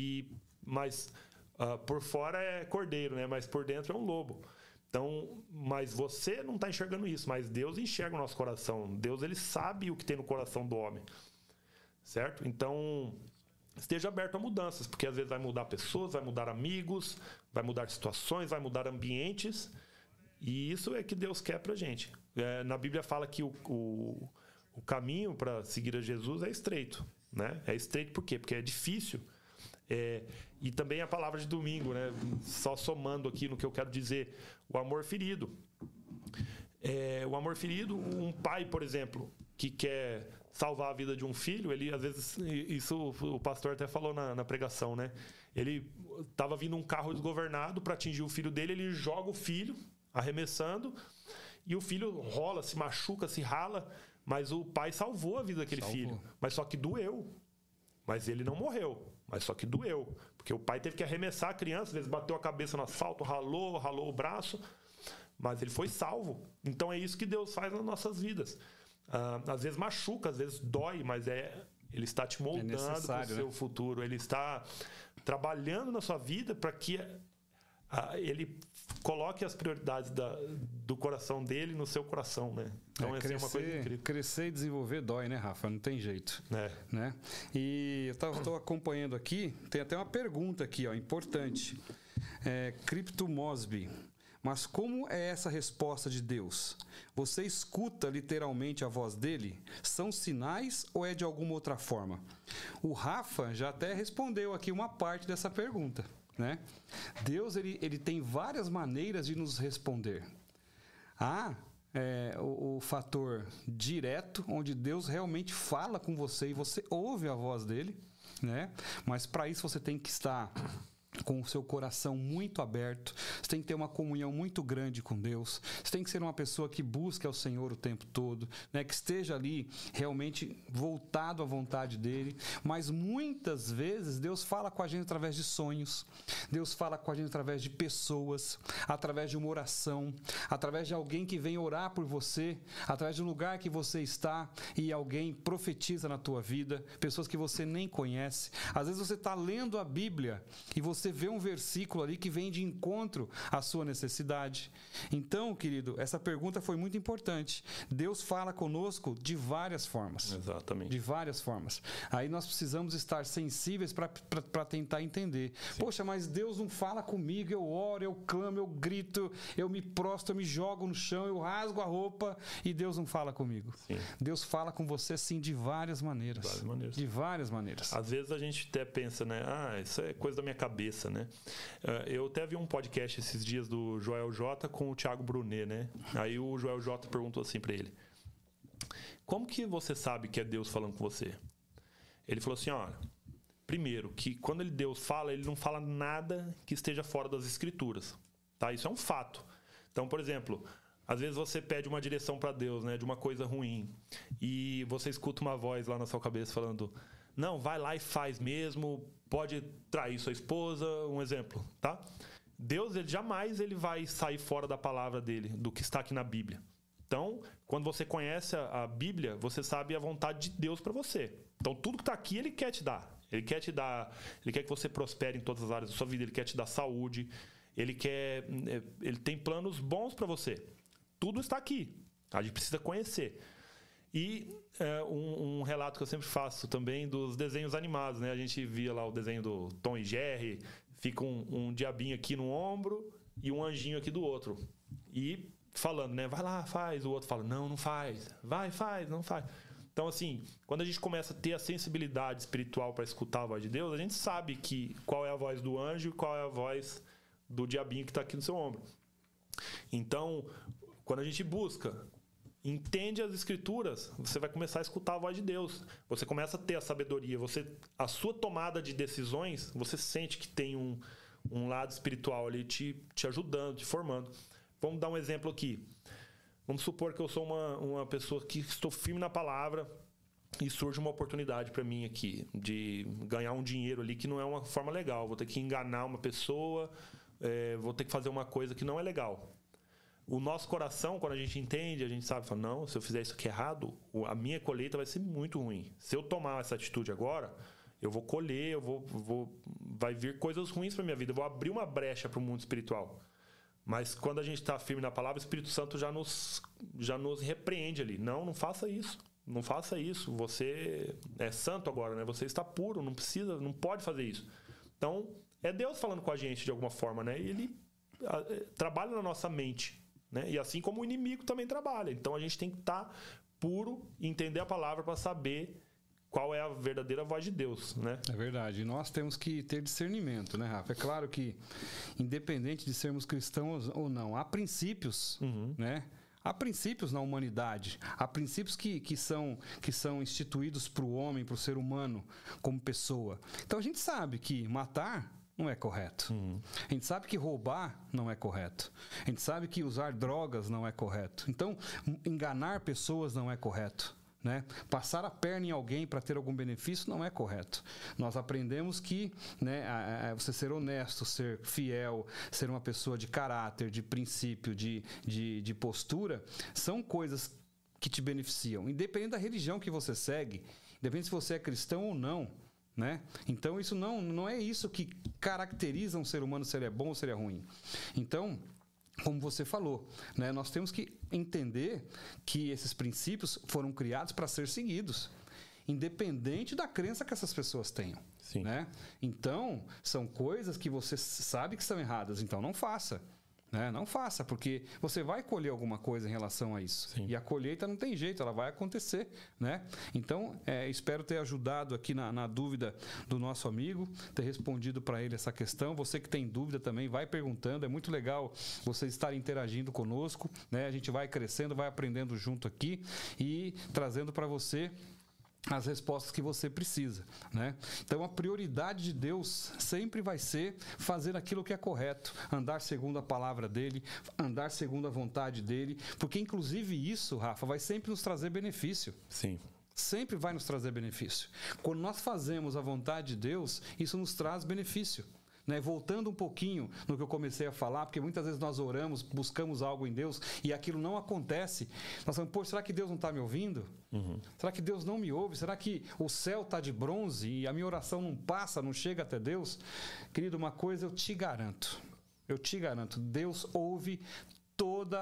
Mas por fora é cordeiro, né? Mas por dentro é um lobo. Então, mas você não está enxergando isso, mas Deus enxerga o nosso coração. Deus, ele sabe o que tem no coração do homem, certo? Então, esteja aberto a mudanças, porque às vezes vai mudar pessoas, vai mudar amigos, vai mudar situações, vai mudar ambientes, e isso é que Deus quer pra gente. Na Bíblia fala que o caminho para seguir a Jesus é estreito, né? É estreito por quê? Porque é difícil. E também a palavra de domingo, né? Só somando aqui no que eu quero dizer, o amor ferido. O amor ferido, um pai, por exemplo, que quer salvar a vida de um filho, ele às vezes, isso o pastor até falou na pregação, né? Ele estava vindo um carro desgovernado para atingir o filho dele, ele joga o filho arremessando e o filho rola, se machuca, se rala, mas o pai salvou a vida daquele filho, mas só que doeu. Mas ele não morreu, mas só que doeu. Porque o pai teve que arremessar a criança, às vezes bateu a cabeça no asfalto, ralou o braço, mas ele foi salvo. Então é isso que Deus faz nas nossas vidas. Às vezes machuca, às vezes dói, mas ele está te moldando para o seu futuro. Ele está trabalhando na sua vida para que ele coloque as prioridades do coração dele no seu coração, né? Então essa é uma coisa incrível. Crescer e desenvolver dói, né, Rafa? Não tem jeito. Né? E eu estou acompanhando aqui, tem até uma pergunta aqui, ó, importante. Crypto Mosby. Mas como é essa resposta de Deus? Você escuta literalmente a voz dele? São sinais ou é de alguma outra forma? O Rafa já até respondeu aqui uma parte dessa pergunta, né? Deus ele tem várias maneiras de nos responder. O fator direto, onde Deus realmente fala com você e você ouve a voz dele, né? Mas para isso você tem que estar com o seu coração muito aberto, você tem que ter uma comunhão muito grande com Deus, você tem que ser uma pessoa que busque ao Senhor o tempo todo, né? Que esteja ali realmente voltado à vontade dele, mas muitas vezes Deus fala com a gente através de sonhos, Deus fala com a gente através de pessoas, através de uma oração, através de alguém que vem orar por você, através de um lugar que você está e alguém profetiza na tua vida, pessoas que você nem conhece. Às vezes você está lendo a Bíblia e você vê um versículo ali que vem de encontro à sua necessidade. Então, querido, essa pergunta foi muito importante. Deus fala conosco de várias formas. Exatamente. De várias formas. Aí nós precisamos estar sensíveis para tentar entender. Sim. Poxa, mas Deus não fala comigo, eu oro, eu clamo, eu grito, eu me prostro, eu me jogo no chão, eu rasgo a roupa e Deus não fala comigo. Sim. Deus fala com você, sim, de várias maneiras. De várias maneiras. Às vezes a gente até pensa, né? Isso é coisa da minha cabeça, né? Eu até vi um podcast esses dias do Joel J com o Thiago Brunet, né? Aí o Joel J perguntou assim pra ele: como que você sabe que é Deus falando com você? Ele falou assim, olha, primeiro, que quando Deus fala, ele não fala nada que esteja fora das escrituras, tá? Isso é um fato. Então, por exemplo, às vezes você pede uma direção para Deus, né, de uma coisa ruim, e você escuta uma voz lá na sua cabeça falando: não, vai lá e faz mesmo, pode trair sua esposa, um exemplo, tá? Deus, ele jamais vai sair fora da palavra dele, do que está aqui na Bíblia. Então, quando você conhece a Bíblia, você sabe a vontade de Deus para você. Então, tudo que está aqui, ele quer te dar. Ele quer que você prospere em todas as áreas da sua vida, ele quer te dar saúde, ele tem planos bons para você. Tudo está aqui. A gente precisa conhecer. E um relato que eu sempre faço também dos desenhos animados, né? A gente via lá o desenho do Tom e Jerry, fica um diabinho aqui no ombro e um anjinho aqui do outro. E falando, né? Vai lá, faz. O outro fala, não faz. Vai, faz, não faz. Então, assim, quando a gente começa a ter a sensibilidade espiritual para escutar a voz de Deus, a gente sabe qual é a voz do anjo e qual é a voz do diabinho que está aqui no seu ombro. Então, quando a gente busca entende as escrituras, você vai começar a escutar a voz de Deus. Você começa a ter a sabedoria. A sua tomada de decisões, você sente que tem um lado espiritual ali te ajudando, te formando. Vamos dar um exemplo aqui. Vamos supor que eu sou uma pessoa que estou firme na palavra e surge uma oportunidade para mim aqui de ganhar um dinheiro ali que não é uma forma legal. Vou ter que enganar uma pessoa, vou ter que fazer uma coisa que não é legal. O nosso coração, quando a gente entende, a gente sabe, fala, não, se eu fizer isso aqui errado, a minha colheita vai ser muito ruim. Se eu tomar essa atitude agora, eu vou colher, vai vir coisas ruins para minha vida, eu vou abrir uma brecha para o mundo espiritual. Mas quando a gente está firme na palavra, o Espírito Santo já nos repreende ali. Não faça isso. Não faça isso. Você é santo agora, né? Você está puro, não pode fazer isso. Então, é Deus falando com a gente de alguma forma, né? E Ele trabalha na nossa mente, né? E assim como o inimigo também trabalha. Então, a gente tem que estar puro e entender a palavra para saber qual é a verdadeira voz de Deus, né? É verdade. E nós temos que ter discernimento, né, Rafa? É claro que, independente de sermos cristãos ou não, há princípios, né? Há princípios na humanidade. Há princípios que são instituídos para o homem, para o ser humano, como pessoa. Então, a gente sabe que matar não é correto. A gente sabe que roubar não é correto. A gente sabe que usar drogas não é correto. Então, enganar pessoas não é correto. Né? Passar a perna em alguém para ter algum benefício não é correto. Nós aprendemos que, né, você ser honesto, ser fiel, ser uma pessoa de caráter, de princípio, de postura, são coisas que te beneficiam, independente da religião que você segue, independente se você é cristão ou não. Né? Então isso não é isso que caracteriza um ser humano, se ele é bom ou se ele é ruim. Então, como você falou, né, nós temos que entender que esses princípios foram criados para ser seguidos, independente da crença que essas pessoas tenham. Sim. Né? Então, são coisas que você sabe que são erradas, então não faça. Né? Não faça, porque você vai colher alguma coisa em relação a isso. Sim. E a colheita não tem jeito, ela vai acontecer. Né? Então, espero ter ajudado aqui na dúvida do nosso amigo, ter respondido para ele essa questão. Você que tem dúvida também, vai perguntando. É muito legal vocês estarem interagindo conosco. Né? A gente vai crescendo, vai aprendendo junto aqui e trazendo para você as respostas que você precisa, né? Então a prioridade de Deus sempre vai ser fazer aquilo que é correto, andar segundo a palavra dele, andar segundo a vontade dele, porque inclusive isso, Rafa, vai sempre nos trazer benefício. Sim. Sempre vai nos trazer benefício. Quando nós fazemos a vontade de Deus, isso nos traz benefício. Né? Voltando um pouquinho no que eu comecei a falar, porque muitas vezes nós oramos, buscamos algo em Deus e aquilo não acontece. Nós falamos, pô, será que Deus não está me ouvindo? Será que Deus não me ouve? Será que o céu está de bronze e a minha oração não passa, não chega até Deus? Querido, uma coisa eu te garanto, Deus ouve todas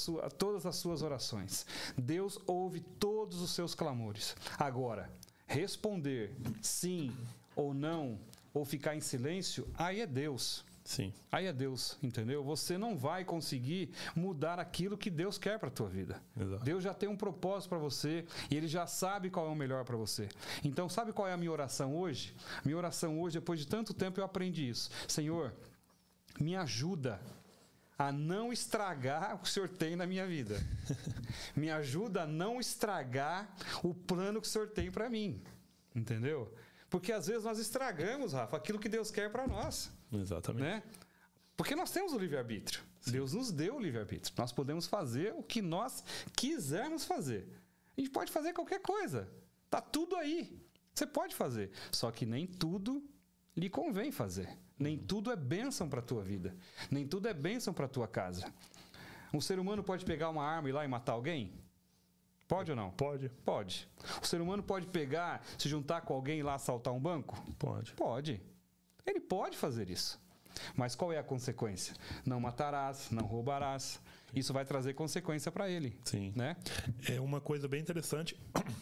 as suas orações. Deus ouve todos os seus clamores. Agora, responder sim ou não, ou ficar em silêncio, aí é Deus. Sim. Aí é Deus, entendeu? Você não vai conseguir mudar aquilo que Deus quer para a tua vida. Exato. Deus já tem um propósito para você e Ele já sabe qual é o melhor para você. Então, sabe qual é a minha oração hoje? Minha oração hoje, depois de tanto tempo, eu aprendi isso. Senhor, me ajuda a não estragar o que o Senhor tem na minha vida. Me ajuda a não estragar o plano que o Senhor tem para mim. Entendeu? Porque às vezes nós estragamos, Rafa, aquilo que Deus quer para nós. Exatamente. Né? Porque nós temos o livre-arbítrio. Deus nos deu o livre-arbítrio. Nós podemos fazer o que nós quisermos fazer. A gente pode fazer qualquer coisa. Tá tudo aí. Você pode fazer. Só que nem tudo lhe convém fazer. Nem tudo é bênção para a tua vida. Nem tudo é bênção para a tua casa. Um ser humano pode pegar uma arma e ir lá e matar alguém? Pode ou não? Pode. Pode. O ser humano pode pegar, se juntar com alguém e ir lá assaltar um banco? Pode. Pode. Ele pode fazer isso. Mas qual é a consequência? Não matarás, não roubarás. Isso vai trazer consequência para ele. Sim. Né? É uma coisa bem interessante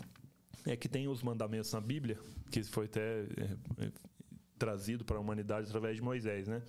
é que tem os mandamentos na Bíblia, que foi até trazido para a humanidade através de Moisés, né?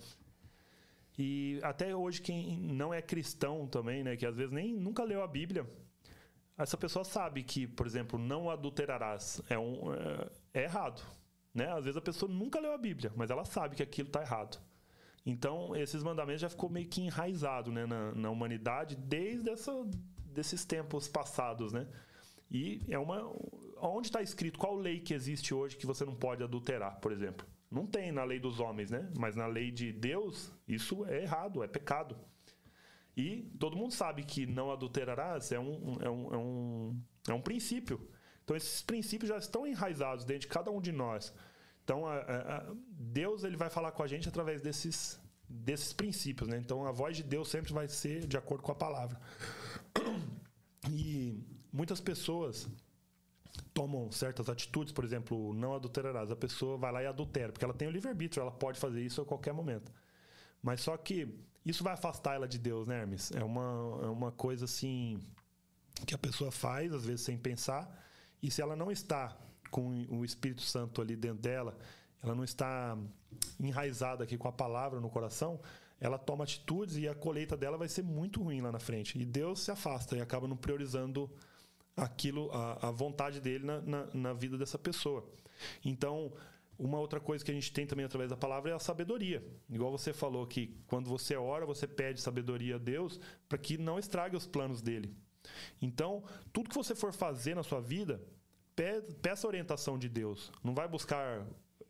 E até hoje quem não é cristão também, né, que às vezes nunca leu a Bíblia, essa pessoa sabe que, por exemplo, não adulterarás é errado. Né? Às vezes a pessoa nunca leu a Bíblia, mas ela sabe que aquilo está errado. Então, esses mandamentos já ficou meio que enraizado, né, na humanidade desde desses tempos passados, né? E onde está escrito qual lei que existe hoje que você não pode adulterar, por exemplo? Não tem na lei dos homens, né? Mas na lei de Deus, isso é errado, é pecado. E todo mundo sabe que não adulterarás é um princípio. Então, esses princípios já estão enraizados dentro de cada um de nós. Então, Deus ele vai falar com a gente através desses princípios, né? Então, a voz de Deus sempre vai ser de acordo com a palavra. E muitas pessoas tomam certas atitudes, por exemplo, não adulterarás. A pessoa vai lá e adultera, porque ela tem o livre-arbítrio, ela pode fazer isso a qualquer momento. Mas só que isso vai afastar ela de Deus, né, Hermes? É uma coisa assim que a pessoa faz, às vezes sem pensar, e se ela não está com o Espírito Santo ali dentro dela, ela não está enraizada aqui com a palavra no coração, ela toma atitudes e a colheita dela vai ser muito ruim lá na frente. E Deus se afasta e acaba não priorizando aquilo, a vontade dele na vida dessa pessoa. Então, uma outra coisa que a gente tem também através da palavra é a sabedoria. Igual você falou que quando você ora, você pede sabedoria a Deus para que não estrague os planos dele. Então, tudo que você for fazer na sua vida, peça a orientação de Deus. Não vai buscar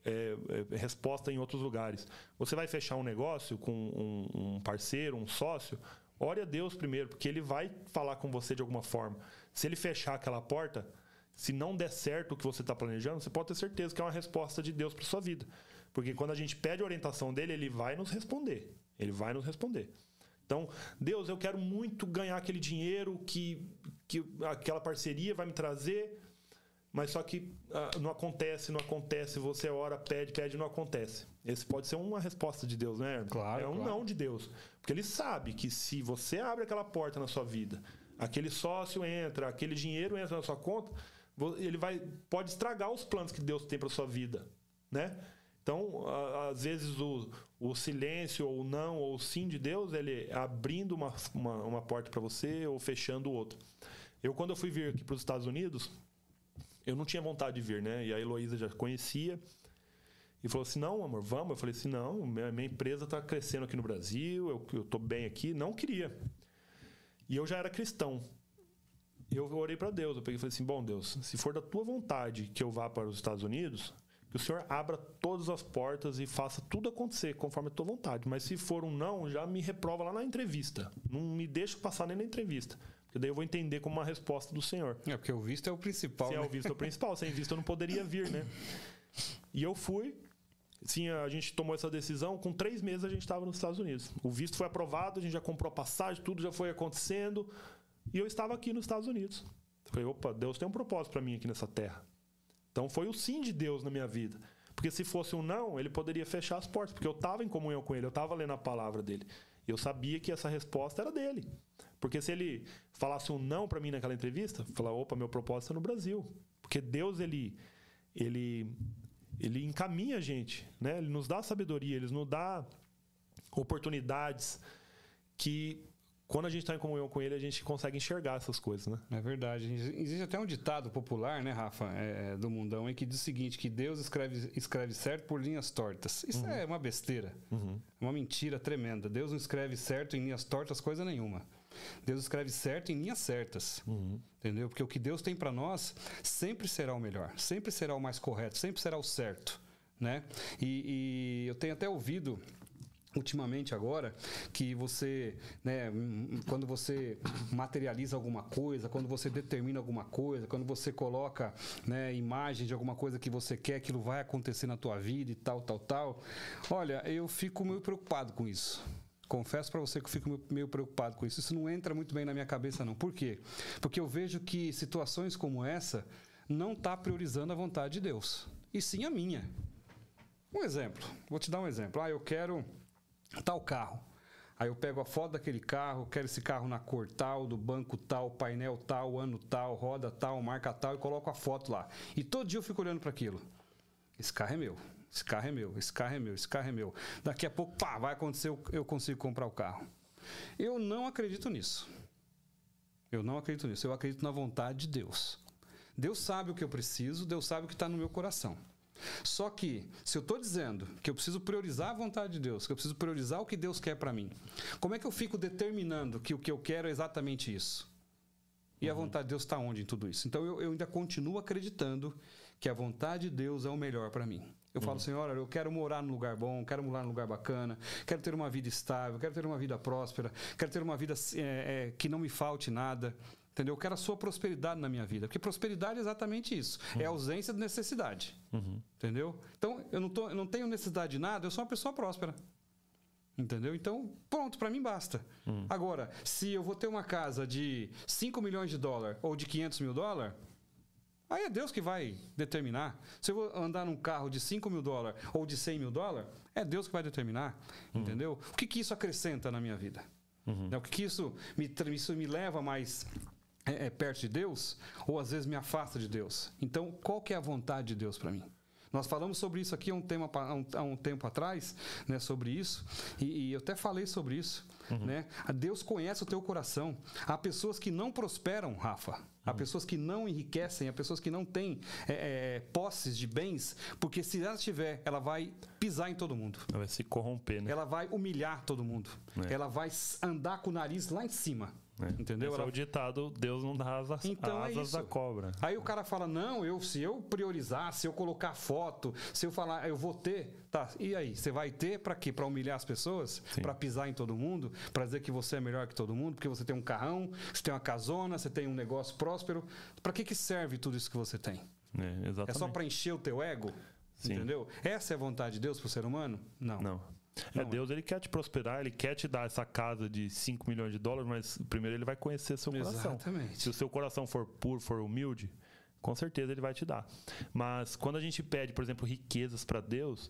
resposta em outros lugares. Você vai fechar um negócio com um parceiro, um sócio, ore a Deus primeiro, porque ele vai falar com você de alguma forma. Se ele fechar aquela porta, se não der certo o que você está planejando, você pode ter certeza que é uma resposta de Deus para sua vida. Porque quando a gente pede a orientação dele, ele vai nos responder. Ele vai nos responder. Então, Deus, eu quero muito ganhar aquele dinheiro que aquela parceria vai me trazer, mas só que não acontece, você ora, pede, não acontece. Esse pode ser uma resposta de Deus, né? Claro, é um não de Deus. Porque ele sabe que se você abre aquela porta na sua vida, aquele sócio entra, aquele dinheiro entra na sua conta, ele pode estragar os planos que Deus tem para sua vida, né? Então, às vezes o silêncio ou o não ou o sim de Deus, ele abrindo uma porta para você ou fechando outra. Quando eu fui vir aqui para os Estados Unidos, eu não tinha vontade de vir, né? E a Heloísa já conhecia e falou assim, não, amor, vamos. Eu falei assim, não, minha empresa está crescendo aqui no Brasil, eu estou bem aqui. Não queria. E eu já era cristão. Eu orei para Deus, eu peguei e falei assim, bom Deus, se for da tua vontade que eu vá para os Estados Unidos, que o Senhor abra todas as portas e faça tudo acontecer conforme a tua vontade. Mas se for um não, já me reprova lá na entrevista. Não me deixa passar nem na entrevista. Porque daí eu vou entender como uma resposta do Senhor. Porque o visto é o principal. Sim, né? O visto é o principal. Sem visto eu não poderia vir, né? E eu fui. Sim, a gente tomou essa decisão. Com 3 meses a gente estava nos Estados Unidos. O visto foi aprovado, a gente já comprou a passagem, tudo já foi acontecendo. E eu estava aqui nos Estados Unidos. Eu falei, opa, Deus tem um propósito para mim aqui nessa terra. Então foi o sim de Deus na minha vida. Porque se fosse um não, ele poderia fechar as portas. Porque eu estava em comunhão com ele, eu estava lendo a palavra dele. E eu sabia que essa resposta era dele. Porque se ele falasse um não para mim naquela entrevista, eu falava, opa, meu propósito é no Brasil. Porque Deus, ele encaminha a gente, né? Ele nos dá sabedoria, ele nos dá oportunidades que, quando a gente está em comunhão com ele, a gente consegue enxergar essas coisas, né? É verdade. Existe até um ditado popular, né, Rafa, do mundão, que diz o seguinte, que Deus escreve certo por linhas tortas. Isso é uma besteira. É uma mentira tremenda. Deus não escreve certo em linhas tortas coisa nenhuma. Deus escreve certo em linhas certas. Entendeu? Porque o que Deus tem para nós sempre será o melhor, sempre será o mais correto, sempre será o certo, né? E eu tenho até ouvido ultimamente agora que você, né, quando você materializa alguma coisa, quando você determina alguma coisa, quando você coloca, né, imagem de alguma coisa que você quer, aquilo vai acontecer na tua vida e tal. Olha, eu fico meio preocupado com isso. Confesso para você que eu fico meio preocupado com isso. Isso não entra muito bem na minha cabeça, não. Por quê? Porque eu vejo que situações como essa não está priorizando a vontade de Deus, e sim a minha. Um exemplo. Vou te dar um exemplo. Eu quero tal carro. Aí eu pego a foto daquele carro, quero esse carro na cor tal, do banco tal, painel tal, ano tal, roda tal, marca tal, e coloco a foto lá. E todo dia eu fico olhando para aquilo. Esse carro é meu. Esse carro é meu, esse carro é meu, esse carro é meu. Daqui a pouco, vai acontecer, eu consigo comprar o carro. Eu não acredito nisso. Eu não acredito nisso. Eu acredito na vontade de Deus. Deus sabe o que eu preciso, Deus sabe o que está no meu coração. Só que, se eu estou dizendo que eu preciso priorizar a vontade de Deus, que eu preciso priorizar o que Deus quer para mim, como é que eu fico determinando que o que eu quero é exatamente isso? E a vontade de Deus está onde em tudo isso? Então eu ainda continuo acreditando que a vontade de Deus é o melhor para mim. Eu falo, Senhor, eu quero morar num lugar bom, quero morar num lugar bacana, quero ter uma vida estável, quero ter uma vida próspera, quero ter uma vida que não me falte nada. Entendeu? Eu quero a sua prosperidade na minha vida. Porque prosperidade é exatamente isso. É a ausência de necessidade. Entendeu? Então, eu não tenho necessidade de nada, eu sou uma pessoa próspera. Entendeu? Então, pronto, para mim basta. Agora, se eu vou ter uma casa de 5 milhões de dólares ou de 500 mil dólares, aí é Deus que vai determinar. Se eu vou andar num carro de 5 mil dólares ou de 100 mil dólares, é Deus que vai determinar. Entendeu? O que isso acrescenta na minha vida? O que isso me leva mais perto de Deus ou às vezes me afasta de Deus? Então, qual que é a vontade de Deus para mim? Nós falamos sobre isso aqui há um tempo atrás, né, sobre isso, e eu até falei sobre isso. Né? Deus conhece o teu coração. Há pessoas que não prosperam, Rafa. Há pessoas que não enriquecem, há pessoas que não têm posses de bens, porque se ela tiver, ela vai pisar em todo mundo. Ela vai se corromper, né? Ela vai humilhar todo mundo. Ela vai andar com o nariz lá em cima. Entendeu? Esse é o ditado, Deus não dá asas da cobra. Aí o cara fala, não, se eu priorizar, se eu colocar foto, se eu falar, eu vou ter, tá, e aí? Você vai ter pra quê? Pra humilhar as pessoas? Pra pisar em todo mundo? Pra dizer que você é melhor que todo mundo? Porque você tem um carrão, você tem uma casona, você tem um negócio próspero? Pra que serve tudo isso que você tem? Exatamente. É só pra encher o teu ego? Sim. Entendeu? Essa é a vontade de Deus pro ser humano? Não. Deus, ele quer te prosperar, ele quer te dar essa casa de 5 milhões de dólares, mas primeiro ele vai conhecer seu coração. Exatamente. Se o seu coração for puro, for humilde, com certeza ele vai te dar. Mas quando a gente pede, por exemplo, riquezas para Deus,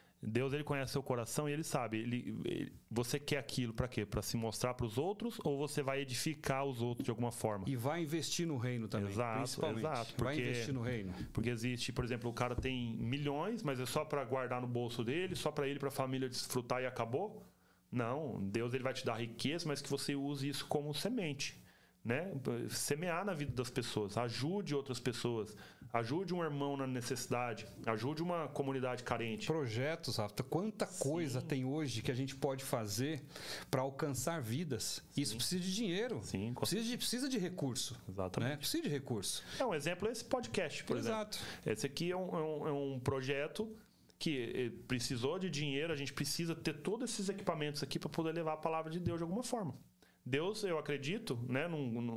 ele conhece seu coração e ele sabe. Você quer aquilo para quê? Para se mostrar para os outros ou você vai edificar os outros de alguma forma? E vai investir no reino também. Exato. Vai investir no reino. Porque existe, por exemplo, o cara tem milhões, mas é só para guardar no bolso dele, só para ele e para a família desfrutar e acabou? Não. Deus ele vai te dar riqueza, mas que você use isso como semente. Né? Semear na vida das pessoas, ajude outras pessoas, ajude um irmão na necessidade, ajude uma comunidade carente. Projetos, Rafa, quanta coisa tem hoje que a gente pode fazer para alcançar vidas. Isso precisa de dinheiro, precisa de recurso. Exatamente. Né? Precisa de recurso. Um exemplo é esse podcast, por exemplo. Esse aqui é um projeto que precisou de dinheiro, a gente precisa ter todos esses equipamentos aqui para poder levar a palavra de Deus de alguma forma. Deus, eu acredito, né?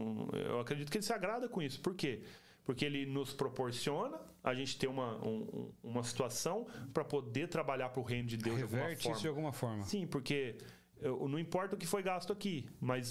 Eu acredito que ele se agrada com isso. Por quê? Porque ele nos proporciona a gente ter uma situação para poder trabalhar para o reino de Deus de alguma forma. Isso de alguma forma. Sim, porque não importa o que foi gasto aqui, mas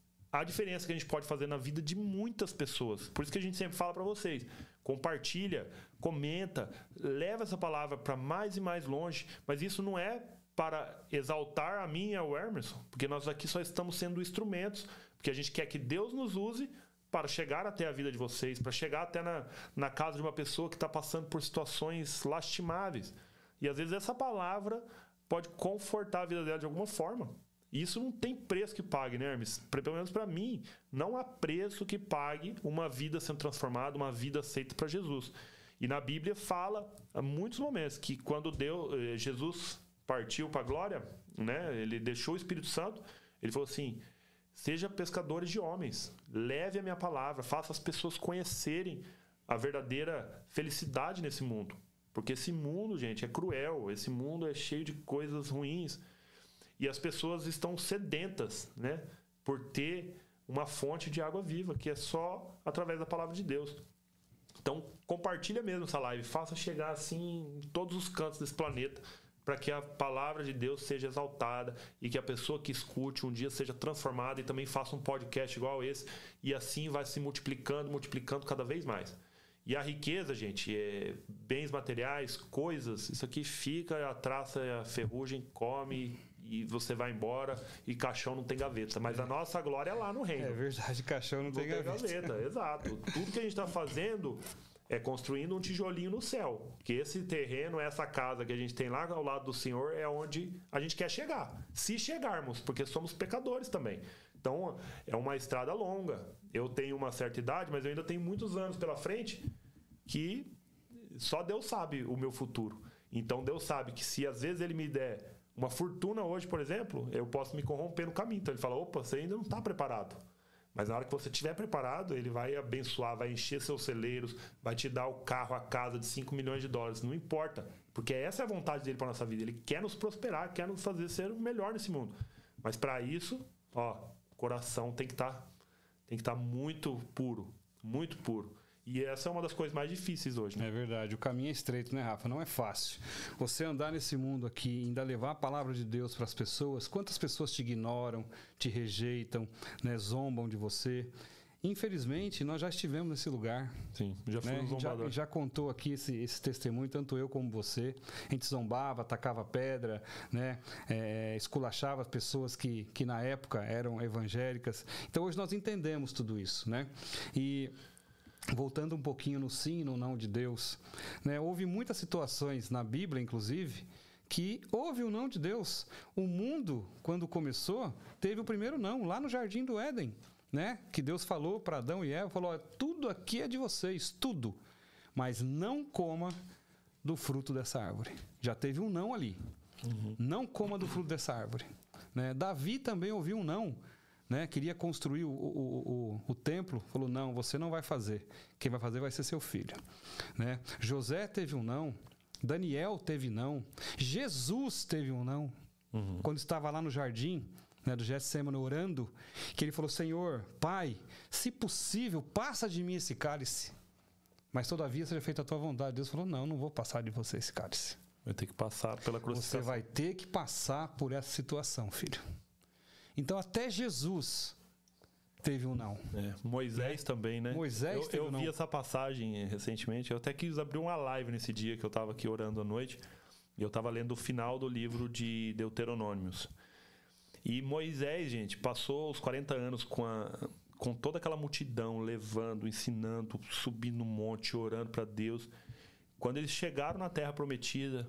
a diferença que a gente pode fazer na vida de muitas pessoas. Por isso que a gente sempre fala para vocês, compartilha, comenta, leva essa palavra para mais e mais longe, mas isso não é para exaltar a mim e ao Emerson, porque nós aqui só estamos sendo instrumentos, porque a gente quer que Deus nos use para chegar até a vida de vocês, para chegar até na casa de uma pessoa que está passando por situações lastimáveis. E às vezes essa palavra pode confortar a vida dela de alguma forma. E isso não tem preço que pague, né, Hermes? Pelo menos para mim, não há preço que pague uma vida sendo transformada, uma vida aceita para Jesus. E na Bíblia fala, há muitos momentos, que quando Jesus partiu para a glória, né? Ele deixou o Espírito Santo, ele falou assim, seja pescadores de homens, leve a minha palavra, faça as pessoas conhecerem a verdadeira felicidade nesse mundo. Porque esse mundo, gente, é cruel, esse mundo é cheio de coisas ruins e as pessoas estão sedentas, né? Por ter uma fonte de água viva, que é só através da palavra de Deus. Então, compartilha mesmo essa live, faça chegar assim em todos os cantos desse planeta, para que a palavra de Deus seja exaltada e que a pessoa que escute um dia seja transformada e também faça um podcast igual esse e assim vai se multiplicando cada vez mais. E a riqueza, gente, bens materiais, coisas, isso aqui fica, a traça, a ferrugem, come e você vai embora e caixão não tem gaveta. Mas a nossa glória é lá no reino. É verdade, caixão não tem gaveta. Exato. Tudo que a gente está fazendo é construindo um tijolinho no céu. Que esse terreno, essa casa que a gente tem lá ao lado do Senhor é onde a gente quer chegar. Se chegarmos, porque somos pecadores também. Então, é uma estrada longa. Eu tenho uma certa idade, mas eu ainda tenho muitos anos pela frente que só Deus sabe o meu futuro. Então, Deus sabe que se às vezes Ele me der uma fortuna hoje, por exemplo, eu posso me corromper no caminho. Então, Ele fala, opa, você ainda não está preparado. Mas na hora que você estiver preparado, ele vai abençoar, vai encher seus celeiros, vai te dar o carro, a casa de 5 milhões de dólares. Não importa, porque essa é a vontade dele para nossa vida. Ele quer nos prosperar, quer nos fazer ser o melhor nesse mundo. Mas para isso, ó, o coração tem que estar muito puro, muito puro. E essa é uma das coisas mais difíceis hoje, né? É verdade, o caminho é estreito, né, Rafa? Não é fácil. Você andar nesse mundo aqui e ainda levar a palavra de Deus para as pessoas, quantas pessoas te ignoram, te rejeitam, né, zombam de você. Infelizmente, nós já estivemos nesse lugar. Sim, já fui um zombador. Já contou aqui esse testemunho, tanto eu como você. A gente zombava, atacava pedra, né? Esculachava as pessoas que na época eram evangélicas. Então, hoje nós entendemos tudo isso, né? E voltando um pouquinho no sim e no não de Deus, né? Houve muitas situações na Bíblia, inclusive, que houve o não de Deus. O mundo, quando começou, teve o primeiro não, lá no Jardim do Éden, né? Que Deus falou para Adão e Eva, falou, tudo aqui é de vocês, tudo, mas não coma do fruto dessa árvore. Já teve um não ali. Não coma do fruto dessa árvore, né? Davi também ouviu um não, né? Queria construir o templo, falou, não, você não vai fazer, quem vai fazer vai ser seu filho, né? José teve um não, Daniel teve não, Jesus teve um não, quando estava lá no jardim, né, do Getsemane orando, que ele falou, Senhor, Pai, se possível, passa de mim esse cálice, mas todavia seja feita a tua vontade. Deus falou, não vou passar de você esse cálice. Vai ter que passar pela crucificação. Você vai ter que passar por essa situação, filho. Então, até Jesus teve um não. Moisés também, né? Moisés teve um não. Eu vi essa passagem recentemente. Eu até quis abrir uma live nesse dia que eu estava aqui orando à noite. E eu estava lendo o final do livro de Deuteronômios. E Moisés, gente, passou os 40 anos com toda aquela multidão, levando, ensinando, subindo no monte, orando para Deus. Quando eles chegaram na Terra Prometida,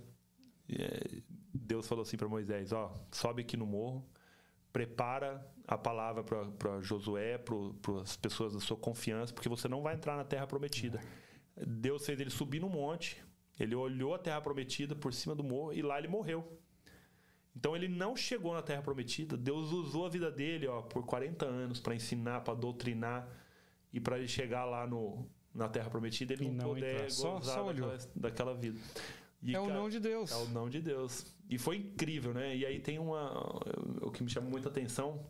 Deus falou assim para Moisés, sobe aqui no morro, prepara a palavra para Josué, para as pessoas da sua confiança, porque você não vai entrar na Terra Prometida. Deus fez ele subir no monte, ele olhou a Terra Prometida por cima do morro e lá ele morreu. Então ele não chegou na Terra Prometida. Deus usou a vida dele por 40 anos para ensinar, para doutrinar e para ele chegar lá na Terra Prometida ele não poder gozar daquela vida. E, o não de Deus. É o não de Deus. E foi incrível, né? E aí tem o que me chama muita atenção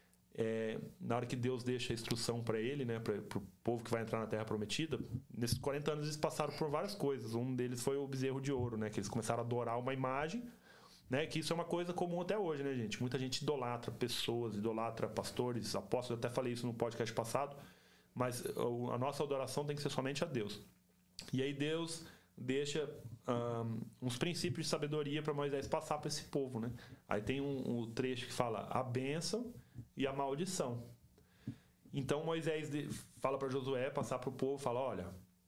na hora que Deus deixa a instrução para ele, né? Para o povo que vai entrar na Terra Prometida. Nesses 40 anos eles passaram por várias coisas. Um deles foi o bezerro de ouro, né? Que eles começaram a adorar uma imagem, né? Que isso é uma coisa comum até hoje, né, gente? Muita gente idolatra pessoas, idolatra pastores, apóstolos. Eu até falei isso no podcast passado. Mas a nossa adoração tem que ser somente a Deus. E aí Deus deixa uns princípios de sabedoria para Moisés passar para esse povo, né? Aí tem um trecho que fala a bênção e a maldição. Então Moisés fala para Josué passar para o povo, fala, olha,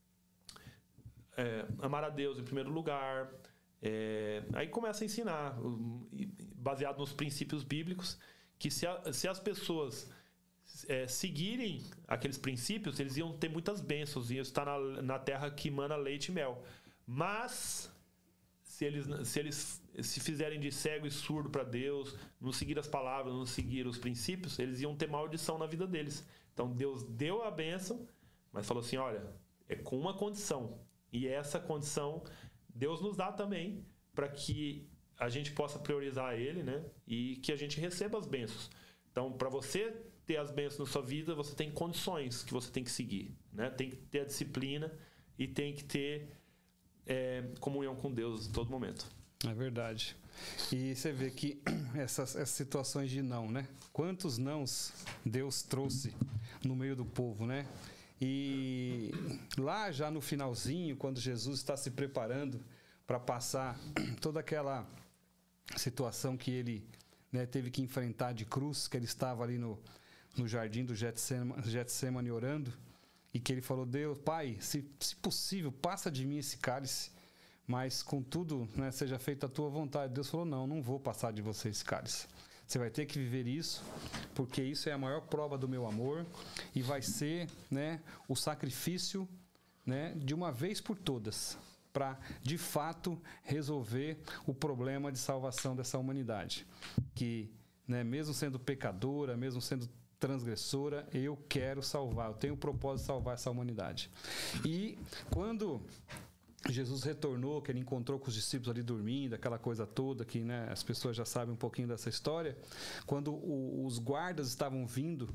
amar a Deus em primeiro lugar. Aí começa a ensinar, baseado nos princípios bíblicos, que se as pessoas seguirem aqueles princípios, eles iam ter muitas bênçãos, iam estar na terra que mana leite e mel. Mas se eles se fizerem de cego e surdo para Deus, não seguir as palavras, não seguir os princípios, eles iam ter maldição na vida deles. Então Deus deu a bênção, mas falou assim, olha, é com uma condição. E essa condição Deus nos dá também para que a gente possa priorizar Ele, né? E que a gente receba as bênçãos. Então, para você ter as bênçãos na sua vida, você tem condições que você tem que seguir, né? Tem que ter a disciplina e tem que ter comunhão com Deus em todo momento. É verdade. E você vê que essas situações de não, né? Quantos nãos Deus trouxe no meio do povo, né? E lá já no finalzinho, quando Jesus está se preparando para passar toda aquela situação que ele, né, teve que enfrentar de cruz, que ele estava ali no jardim do Getsemane orando, e que ele falou, Deus, Pai, se possível, passa de mim esse cálice, mas contudo, né, seja feita a tua vontade. Deus falou, não vou passar de você esse cálice. Você vai ter que viver isso, porque isso é a maior prova do meu amor e vai ser, né, o sacrifício, né, de uma vez por todas, para, de fato, resolver o problema de salvação dessa humanidade. Que, né, mesmo sendo pecadora, mesmo sendo transgressora, eu quero salvar, eu tenho o propósito de salvar essa humanidade. E quando Jesus retornou, que ele encontrou com os discípulos ali dormindo, aquela coisa toda que, né, as pessoas já sabem um pouquinho dessa história, quando os guardas estavam vindo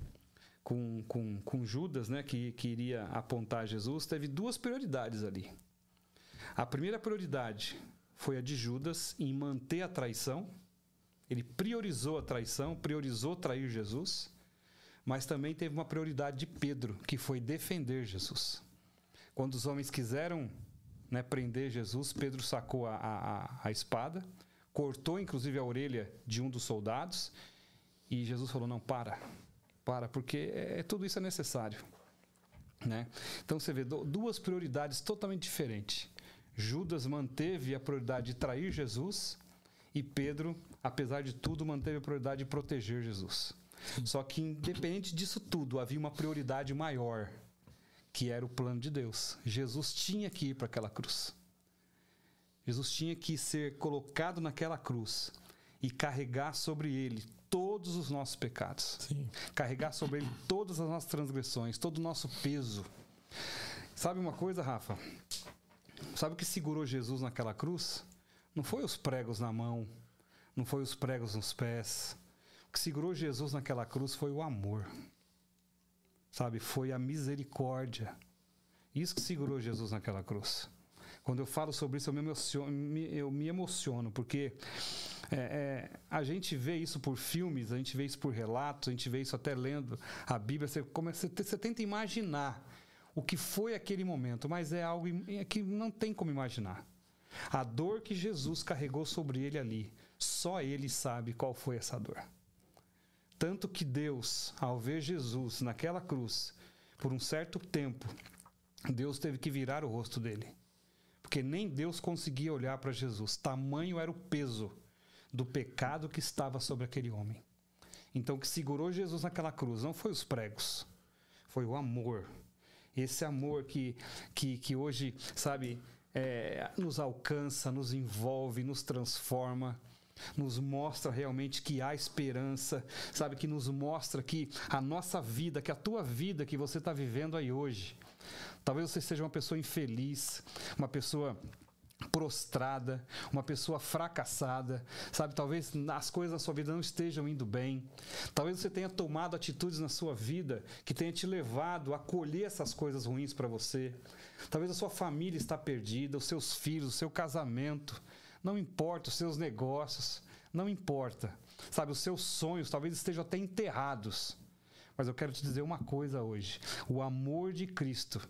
com Judas, né, que iria apontar Jesus, teve duas prioridades ali. A primeira prioridade foi a de Judas em manter a traição. Ele priorizou a traição, priorizou trair Jesus, mas também teve uma prioridade de Pedro, que foi defender Jesus. Quando os homens quiseram, né, prender Jesus, Pedro sacou a espada, cortou inclusive a orelha de um dos soldados, e Jesus falou, não, para, porque tudo isso é necessário. Né? Então você vê duas prioridades totalmente diferentes. Judas manteve a prioridade de trair Jesus, e Pedro, apesar de tudo, manteve a prioridade de proteger Jesus. Só que, independente disso tudo, havia uma prioridade maior, que era o plano de Deus. Jesus tinha que ir para aquela cruz. Jesus tinha que ser colocado naquela cruz e carregar sobre ele todos os nossos pecados. Sim. Carregar sobre ele todas as nossas transgressões, todo o nosso peso. Sabe uma coisa, Rafa? Sabe o que segurou Jesus naquela cruz? Não foi os pregos na mão, não foi os pregos nos pés. O que segurou Jesus naquela cruz foi o amor. Sabe? Foi a misericórdia. Isso que segurou Jesus naquela cruz. Quando eu falo sobre isso, eu me emociono, porque a gente vê isso por filmes, a gente vê isso por relatos, a gente vê isso até lendo a Bíblia. Você tenta imaginar o que foi aquele momento, mas é algo que não tem como imaginar. A dor que Jesus carregou sobre ele ali, só ele sabe qual foi essa dor. Tanto que Deus, ao ver Jesus naquela cruz, por um certo tempo, Deus teve que virar o rosto dele. Porque nem Deus conseguia olhar para Jesus. Tamanho era o peso do pecado que estava sobre aquele homem. Então o que segurou Jesus naquela cruz não foi os pregos, foi o amor. Esse amor que hoje, sabe, nos alcança, nos envolve, nos transforma, nos mostra realmente que há esperança, sabe, que nos mostra que a nossa vida, que a tua vida que você está vivendo aí hoje, talvez você seja uma pessoa infeliz, uma pessoa prostrada, uma pessoa fracassada, sabe, talvez as coisas na sua vida não estejam indo bem, talvez você tenha tomado atitudes na sua vida que tenha te levado a colher essas coisas ruins para você, talvez a sua família está perdida, os seus filhos, o seu casamento, não importa, os seus negócios, não importa, sabe, os seus sonhos talvez estejam até enterrados, mas eu quero te dizer uma coisa hoje, o amor de Cristo,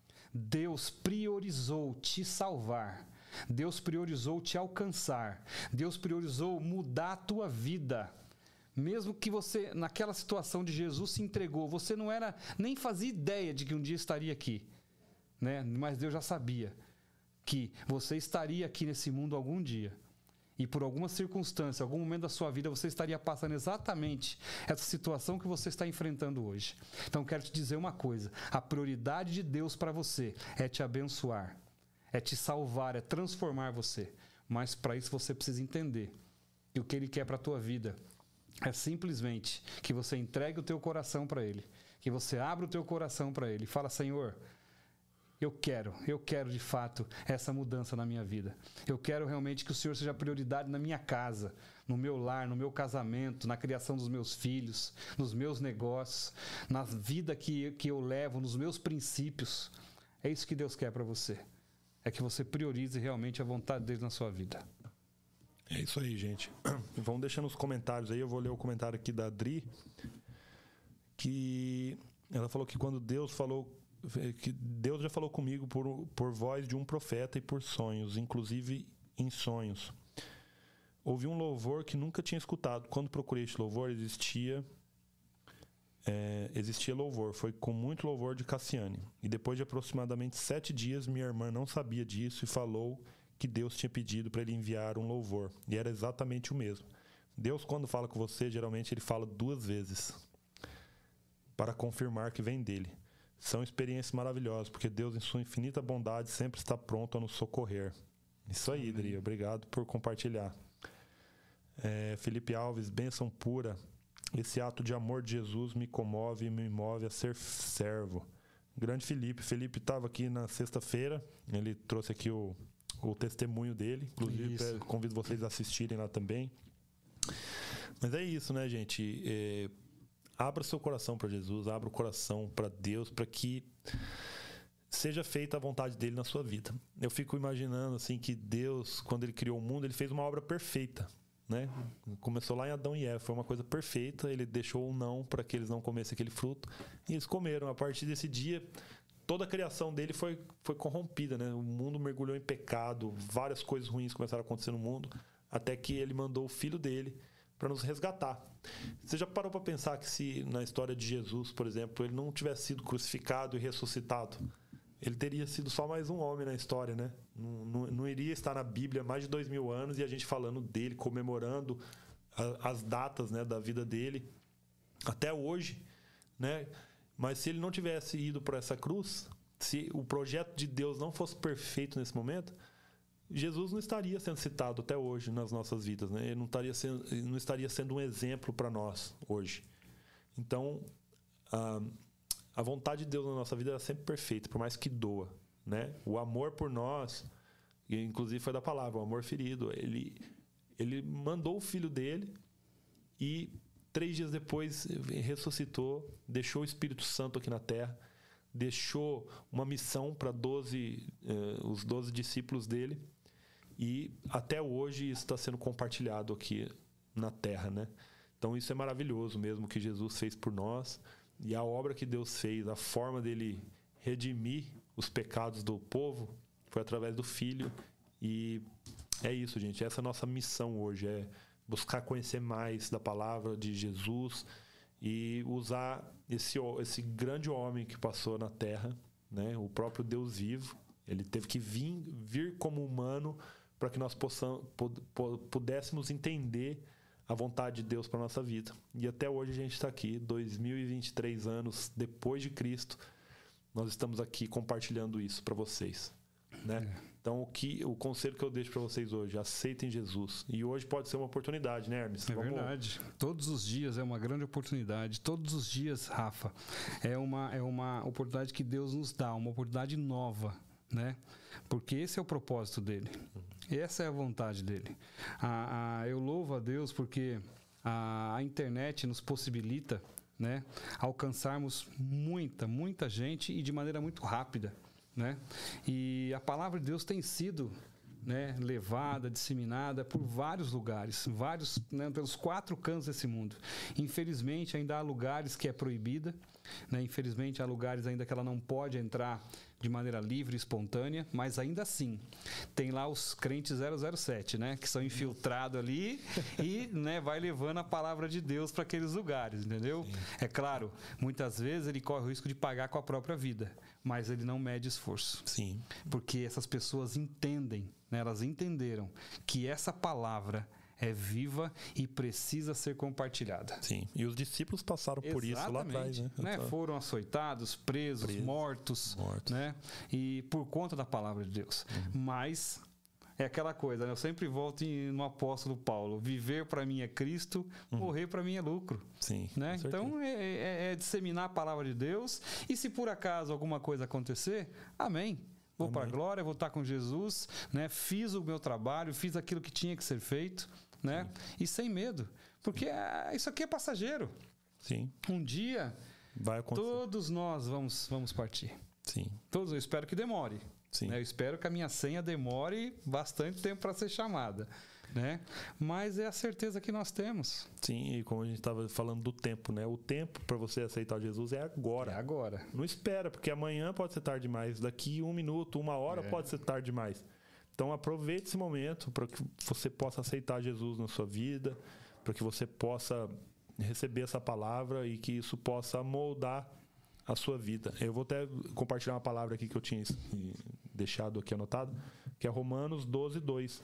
Deus priorizou te salvar, Deus priorizou te alcançar, Deus priorizou mudar a tua vida. Mesmo que você, naquela situação de Jesus, se entregou, você não era, nem fazia ideia de que um dia estaria aqui, né? Mas Deus já sabia que você estaria aqui nesse mundo algum dia. E por alguma circunstância, algum momento da sua vida, você estaria passando exatamente essa situação que você está enfrentando hoje. Então, quero te dizer uma coisa. A prioridade de Deus para você é te abençoar, é te salvar, é transformar você. Mas para isso você precisa entender que o que Ele quer para a tua vida é simplesmente que você entregue o teu coração para Ele, que você abra o teu coração para Ele e fala, Senhor, eu quero de fato essa mudança na minha vida. Eu quero realmente que o Senhor seja prioridade na minha casa, no meu lar, no meu casamento, na criação dos meus filhos, nos meus negócios, na vida que eu levo, nos meus princípios. É isso que Deus quer para você. É que você priorize realmente a vontade dele na sua vida. É isso aí, gente. Vamos deixando os comentários aí. Eu vou ler o comentário aqui da Adri, que ela falou que quando Deus falou, que Deus já falou comigo por voz de um profeta e por sonhos, inclusive em sonhos. Ouvi um louvor que nunca tinha escutado. Quando procurei este louvor, existia louvor. Foi com muito louvor de Cassiane. E depois de aproximadamente 7 dias, minha irmã não sabia disso e falou que Deus tinha pedido para ele enviar um louvor. E era exatamente o mesmo. Deus, quando fala com você, geralmente ele fala 2 vezes para confirmar que vem dele. São experiências maravilhosas, porque Deus, em sua infinita bondade, sempre está pronto a nos socorrer. Isso aí, Adri. Obrigado por compartilhar. Felipe Alves, bênção pura. Esse ato de amor de Jesus me comove e me move a ser servo. Grande Felipe. Felipe estava aqui na sexta-feira. Ele trouxe aqui o testemunho dele. Inclusive, convido vocês a assistirem lá também. Mas é isso, né, gente? Abra seu coração para Jesus, abra o coração para Deus, para que seja feita a vontade dele na sua vida. Eu fico imaginando assim que Deus, quando ele criou o mundo, ele fez uma obra perfeita, né? Começou lá em Adão e Eva, foi uma coisa perfeita. Ele deixou um não para que eles não comessem aquele fruto, e eles comeram. A partir desse dia, toda a criação dele foi corrompida, né? O mundo mergulhou em pecado, várias coisas ruins começaram a acontecer no mundo, até que ele mandou o filho dele para nos resgatar. Você já parou para pensar que se na história de Jesus, por exemplo, ele não tivesse sido crucificado e ressuscitado, ele teria sido só mais um homem na história, né? Não iria estar na Bíblia há mais de 2000 anos e a gente falando dele, comemorando as datas, né, da vida dele até hoje, né? Mas se ele não tivesse ido para essa cruz, se o projeto de Deus não fosse perfeito nesse momento, Jesus não estaria sendo citado até hoje nas nossas vidas, né? Ele não estaria sendo um exemplo para nós hoje. Então, a vontade de Deus na nossa vida é sempre perfeita, por mais que doa, né? O amor por nós, inclusive foi da palavra, o amor ferido. Ele mandou o filho dele e 3 dias depois ressuscitou, deixou o Espírito Santo aqui na terra, deixou uma missão para os 12 discípulos dele, e até hoje isso está sendo compartilhado aqui na terra, né? Então isso é maravilhoso mesmo, que Jesus fez por nós, e a obra que Deus fez, a forma dele redimir os pecados do povo foi através do Filho. E é isso, gente, essa é a nossa missão hoje, é buscar conhecer mais da palavra de Jesus e usar esse grande homem que passou na terra, né? O próprio Deus vivo. Ele teve que vir como humano para que nós pudéssemos entender a vontade de Deus para a nossa vida. E até hoje a gente está aqui, 2023 anos depois de Cristo, nós estamos aqui compartilhando isso para vocês, né? Então, o conselho que eu deixo para vocês hoje, aceitem Jesus. E hoje pode ser uma oportunidade, né, Hermes? Verdade. Todos os dias é uma grande oportunidade. Todos os dias, Rafa, é uma oportunidade que Deus nos dá, uma oportunidade nova, né? Porque esse é o propósito dele. Essa é a vontade dele. Eu louvo a Deus porque a internet nos possibilita, né, alcançarmos muita gente e de maneira muito rápida, né? E a palavra de Deus tem sido, né, levada, disseminada por vários lugares, né, pelos 4 cantos desse mundo. Infelizmente ainda há lugares que é proibida, né? Infelizmente há lugares ainda que ela não pode entrar de maneira livre e espontânea, mas ainda assim tem lá os crentes 007, né, que são infiltrados ali e, né, vai levando a palavra de Deus para aqueles lugares, entendeu? Sim. É claro, muitas vezes ele corre o risco de pagar com a própria vida, mas ele não mede esforço. Sim. Porque essas pessoas entendem, né, elas entenderam que essa palavra é viva e precisa ser compartilhada. Sim, e os discípulos passaram por isso lá atrás, né? Foram açoitados, presos, mortos, né? E por conta da palavra de Deus. Mas é aquela coisa, né? Eu sempre volto no apóstolo Paulo: viver para mim é Cristo, morrer para mim é lucro. Sim, né? Então é disseminar a palavra de Deus, e se por acaso alguma coisa acontecer, amém. Vou para a glória, vou estar com Jesus, né? Fiz o meu trabalho, fiz aquilo que tinha que ser feito, né? E sem medo, porque isso aqui é passageiro. Sim. Um dia vai acontecer. Todos nós vamos partir. Sim. Todos, eu espero que demore. Sim. Né? Eu espero que a minha senha demore bastante tempo para ser chamada, né? Mas é a certeza que nós temos. Sim, e como a gente estava falando do tempo, né? O tempo para você aceitar Jesus é agora. É agora. Não espera, porque amanhã pode ser tarde demais. Daqui 1 minuto, 1 hora pode ser tarde demais. Então aproveite esse momento para que você possa aceitar Jesus na sua vida, para que você possa receber essa palavra e que isso possa moldar a sua vida. Eu vou até compartilhar uma palavra aqui que eu tinha deixado aqui anotado, que é Romanos 12:2.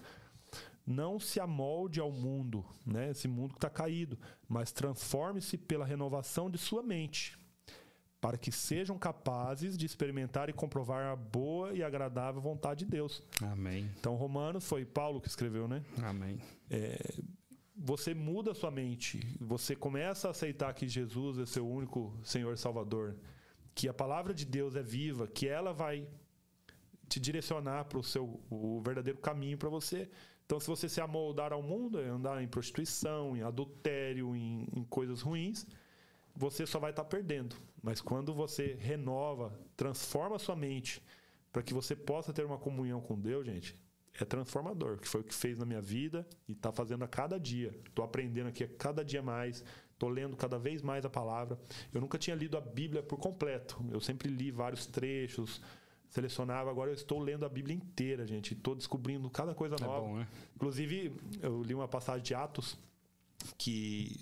Não se amolde ao mundo, né? Esse mundo que está caído, mas transforme-se pela renovação de sua mente, para que sejam capazes de experimentar e comprovar a boa e agradável vontade de Deus. Amém. Então, Romanos, foi Paulo que escreveu, né? Amém. você muda a sua mente, você começa a aceitar que Jesus é seu único Senhor e Salvador, que a palavra de Deus é viva, que ela vai te direcionar para o verdadeiro caminho para você. Então, se você se amoldar ao mundo, andar em prostituição, em adultério, em coisas ruins, você só vai estar perdendo. Mas quando você renova, transforma a sua mente para que você possa ter uma comunhão com Deus, gente, é transformador, que foi o que fez na minha vida e está fazendo a cada dia. Estou aprendendo aqui a cada dia mais, estou lendo cada vez mais a palavra. Eu nunca tinha lido a Bíblia por completo. Eu sempre li vários trechos, selecionava. Agora eu estou lendo a Bíblia inteira, gente. Estou descobrindo cada coisa nova. Bom, né? Inclusive, eu li uma passagem de Atos que...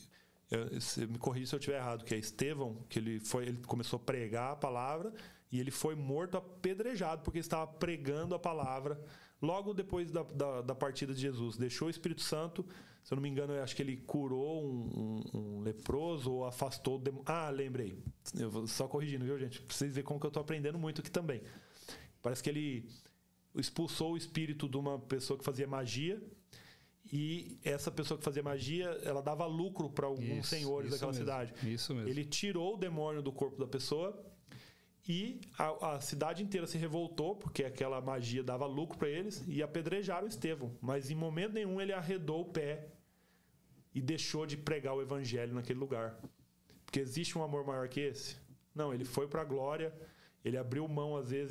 me corrija se eu estiver errado, que é Estevão, que ele começou a pregar a palavra e ele foi morto apedrejado porque estava pregando a palavra logo depois da partida de Jesus. Deixou o Espírito Santo, se eu não me engano, eu acho que ele curou um leproso ou afastou o demônio. Lembrei. Eu vou só corrigindo, viu, gente? Pra vocês verem como que eu estou aprendendo muito aqui também. Parece que ele expulsou o espírito de uma pessoa que fazia magia. E essa pessoa que fazia magia, ela dava lucro para alguns senhores daquela cidade. Isso mesmo. Ele tirou o demônio do corpo da pessoa e a cidade inteira se revoltou, porque aquela magia dava lucro para eles, e apedrejaram Estevão. Mas em momento nenhum ele arredou o pé e deixou de pregar o evangelho naquele lugar. Porque existe um amor maior que esse? Não, ele foi para a glória, ele abriu mão às vezes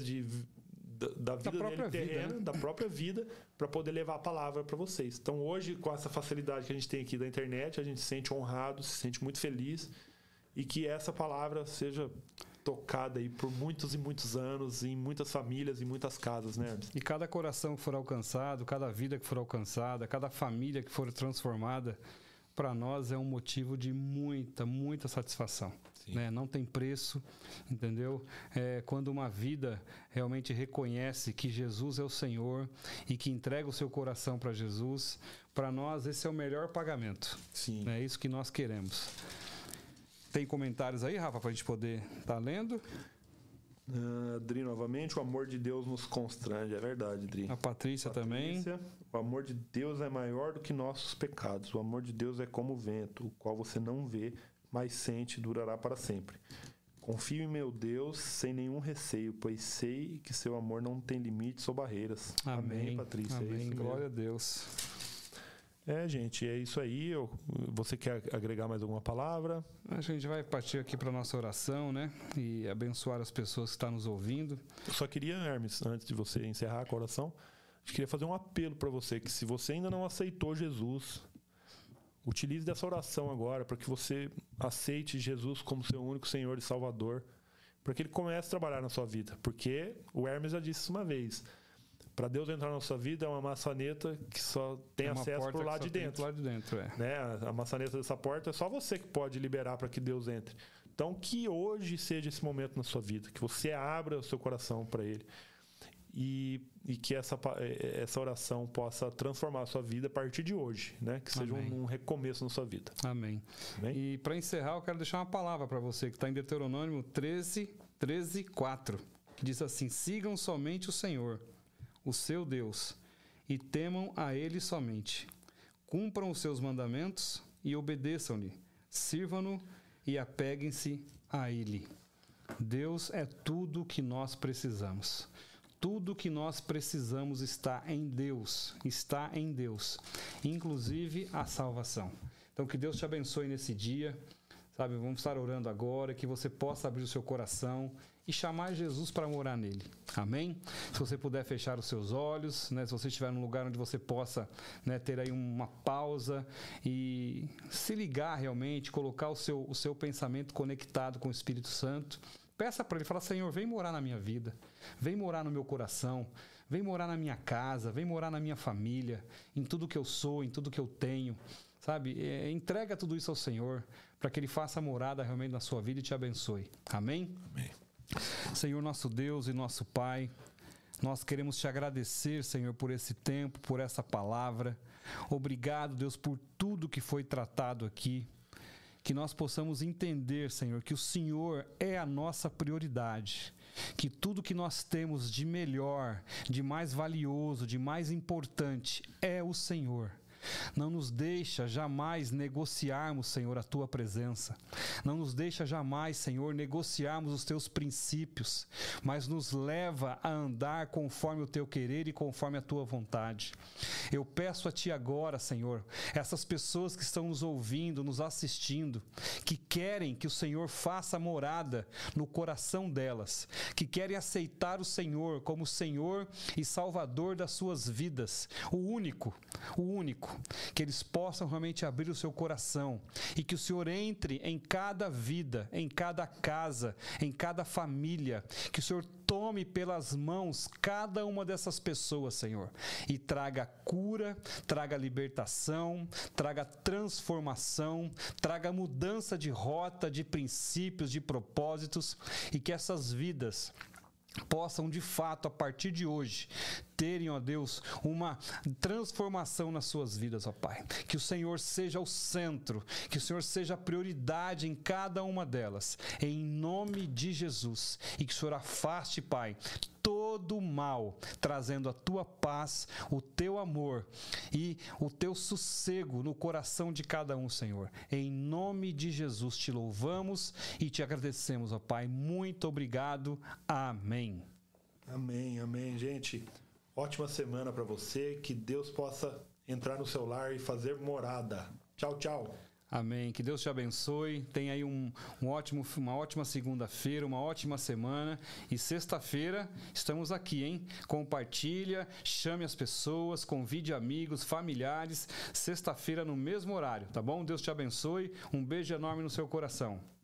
da vida dele terrena, da própria vida, para poder levar a palavra para vocês. Então hoje, com essa facilidade que a gente tem aqui da internet, a gente se sente honrado, se sente muito feliz, e que essa palavra seja tocada aí por muitos e muitos anos, em muitas famílias e muitas casas, né, Hermes? E cada coração que for alcançado, cada vida que for alcançada, cada família que for transformada, para nós é um motivo de muita, muita satisfação. Né? Não tem preço, entendeu? Quando uma vida realmente reconhece que Jesus é o Senhor e que entrega o seu coração para Jesus, para nós esse é o melhor pagamento. Sim. É isso que nós queremos. Tem comentários aí, Rafa, para a gente poder estar lendo? Adri, novamente, o amor de Deus nos constrange. É verdade, Adri. A Patrícia também. O amor de Deus é maior do que nossos pecados. O amor de Deus é como o vento, o qual você não vê, mas sente e durará para sempre. Confio em meu Deus sem nenhum receio, pois sei que seu amor não tem limites ou barreiras. Amém, Patrícia. Amém. Glória a Deus. Gente, é isso aí. Você quer agregar mais alguma palavra? A gente vai partir aqui para a nossa oração, né? E abençoar as pessoas que estão nos ouvindo. Eu só queria, Hermes, antes de você encerrar com a oração, eu queria fazer um apelo para você, que se você ainda não aceitou Jesus, utilize dessa oração agora para que você aceite Jesus como seu único Senhor e Salvador, para que Ele comece a trabalhar na sua vida. Porque o Hermes já disse isso uma vez, para Deus entrar na sua vida é uma maçaneta que só tem acesso por lá de dentro. Né? A maçaneta dessa porta é só você que pode liberar para que Deus entre. Então, que hoje seja esse momento na sua vida, que você abra o seu coração para Ele. E que essa oração possa transformar a sua vida a partir de hoje, né? Que seja um recomeço na sua vida. Amém. E para encerrar, eu quero deixar uma palavra para você que está em Deuteronômio 13:4, que diz assim: sigam somente o Senhor, o seu Deus, e temam a Ele somente. Cumpram os seus mandamentos e obedeçam-lhe. Sirvam-no e apeguem-se a Ele. Deus é tudo o que nós precisamos. Tudo que nós precisamos está em Deus, inclusive a salvação. Então, que Deus te abençoe nesse dia, sabe? Vamos estar orando agora, que você possa abrir o seu coração e chamar Jesus para morar nele. Amém? Se você puder fechar os seus olhos, né? Se você estiver num lugar onde você possa, né, ter aí uma pausa e se ligar realmente, colocar o seu pensamento conectado com o Espírito Santo. Peça para Ele, fala: Senhor, vem morar na minha vida, vem morar no meu coração, vem morar na minha casa, vem morar na minha família, em tudo que eu sou, em tudo que eu tenho, sabe? Entrega tudo isso ao Senhor, para que Ele faça morada realmente na sua vida e te abençoe. Amém? Amém. Senhor, nosso Deus e nosso Pai, nós queremos te agradecer, Senhor, por esse tempo, por essa palavra. Obrigado, Deus, por tudo que foi tratado aqui. Que nós possamos entender, Senhor, que o Senhor é a nossa prioridade, que tudo que nós temos de melhor, de mais valioso, de mais importante é o Senhor. Não nos deixa jamais negociarmos, Senhor, a Tua presença. Não nos deixa jamais, Senhor, negociarmos os Teus princípios, mas nos leva a andar conforme o Teu querer e conforme a Tua vontade. Eu peço a Ti agora, Senhor, essas pessoas que estão nos ouvindo, nos assistindo, que querem que o Senhor faça morada no coração delas, que querem aceitar o Senhor como Senhor e Salvador das suas vidas, o único, que eles possam realmente abrir o seu coração e que o Senhor entre em cada vida, em cada casa, em cada família, que o Senhor tome pelas mãos cada uma dessas pessoas, Senhor, e traga cura, traga libertação, traga transformação, traga mudança de rota, de princípios, de propósitos, e que essas vidas possam de fato, a partir de hoje, terem, ó Deus, uma transformação nas suas vidas, ó Pai. Que o Senhor seja o centro, que o Senhor seja a prioridade em cada uma delas, em nome de Jesus. E que o Senhor afaste, Pai, todo o mal, trazendo a Tua paz, o Teu amor e o Teu sossego no coração de cada um, Senhor. Em nome de Jesus te louvamos e te agradecemos, ó Pai. Muito obrigado. Amém. Amém, amém, gente. Ótima semana para você. Que Deus possa entrar no seu lar e fazer morada. Tchau, tchau. Amém. Que Deus te abençoe. Tenha aí uma ótima segunda-feira, uma ótima semana. E sexta-feira estamos aqui, hein? Compartilha, chame as pessoas, convide amigos, familiares. Sexta-feira no mesmo horário, tá bom? Deus te abençoe. Um beijo enorme no seu coração.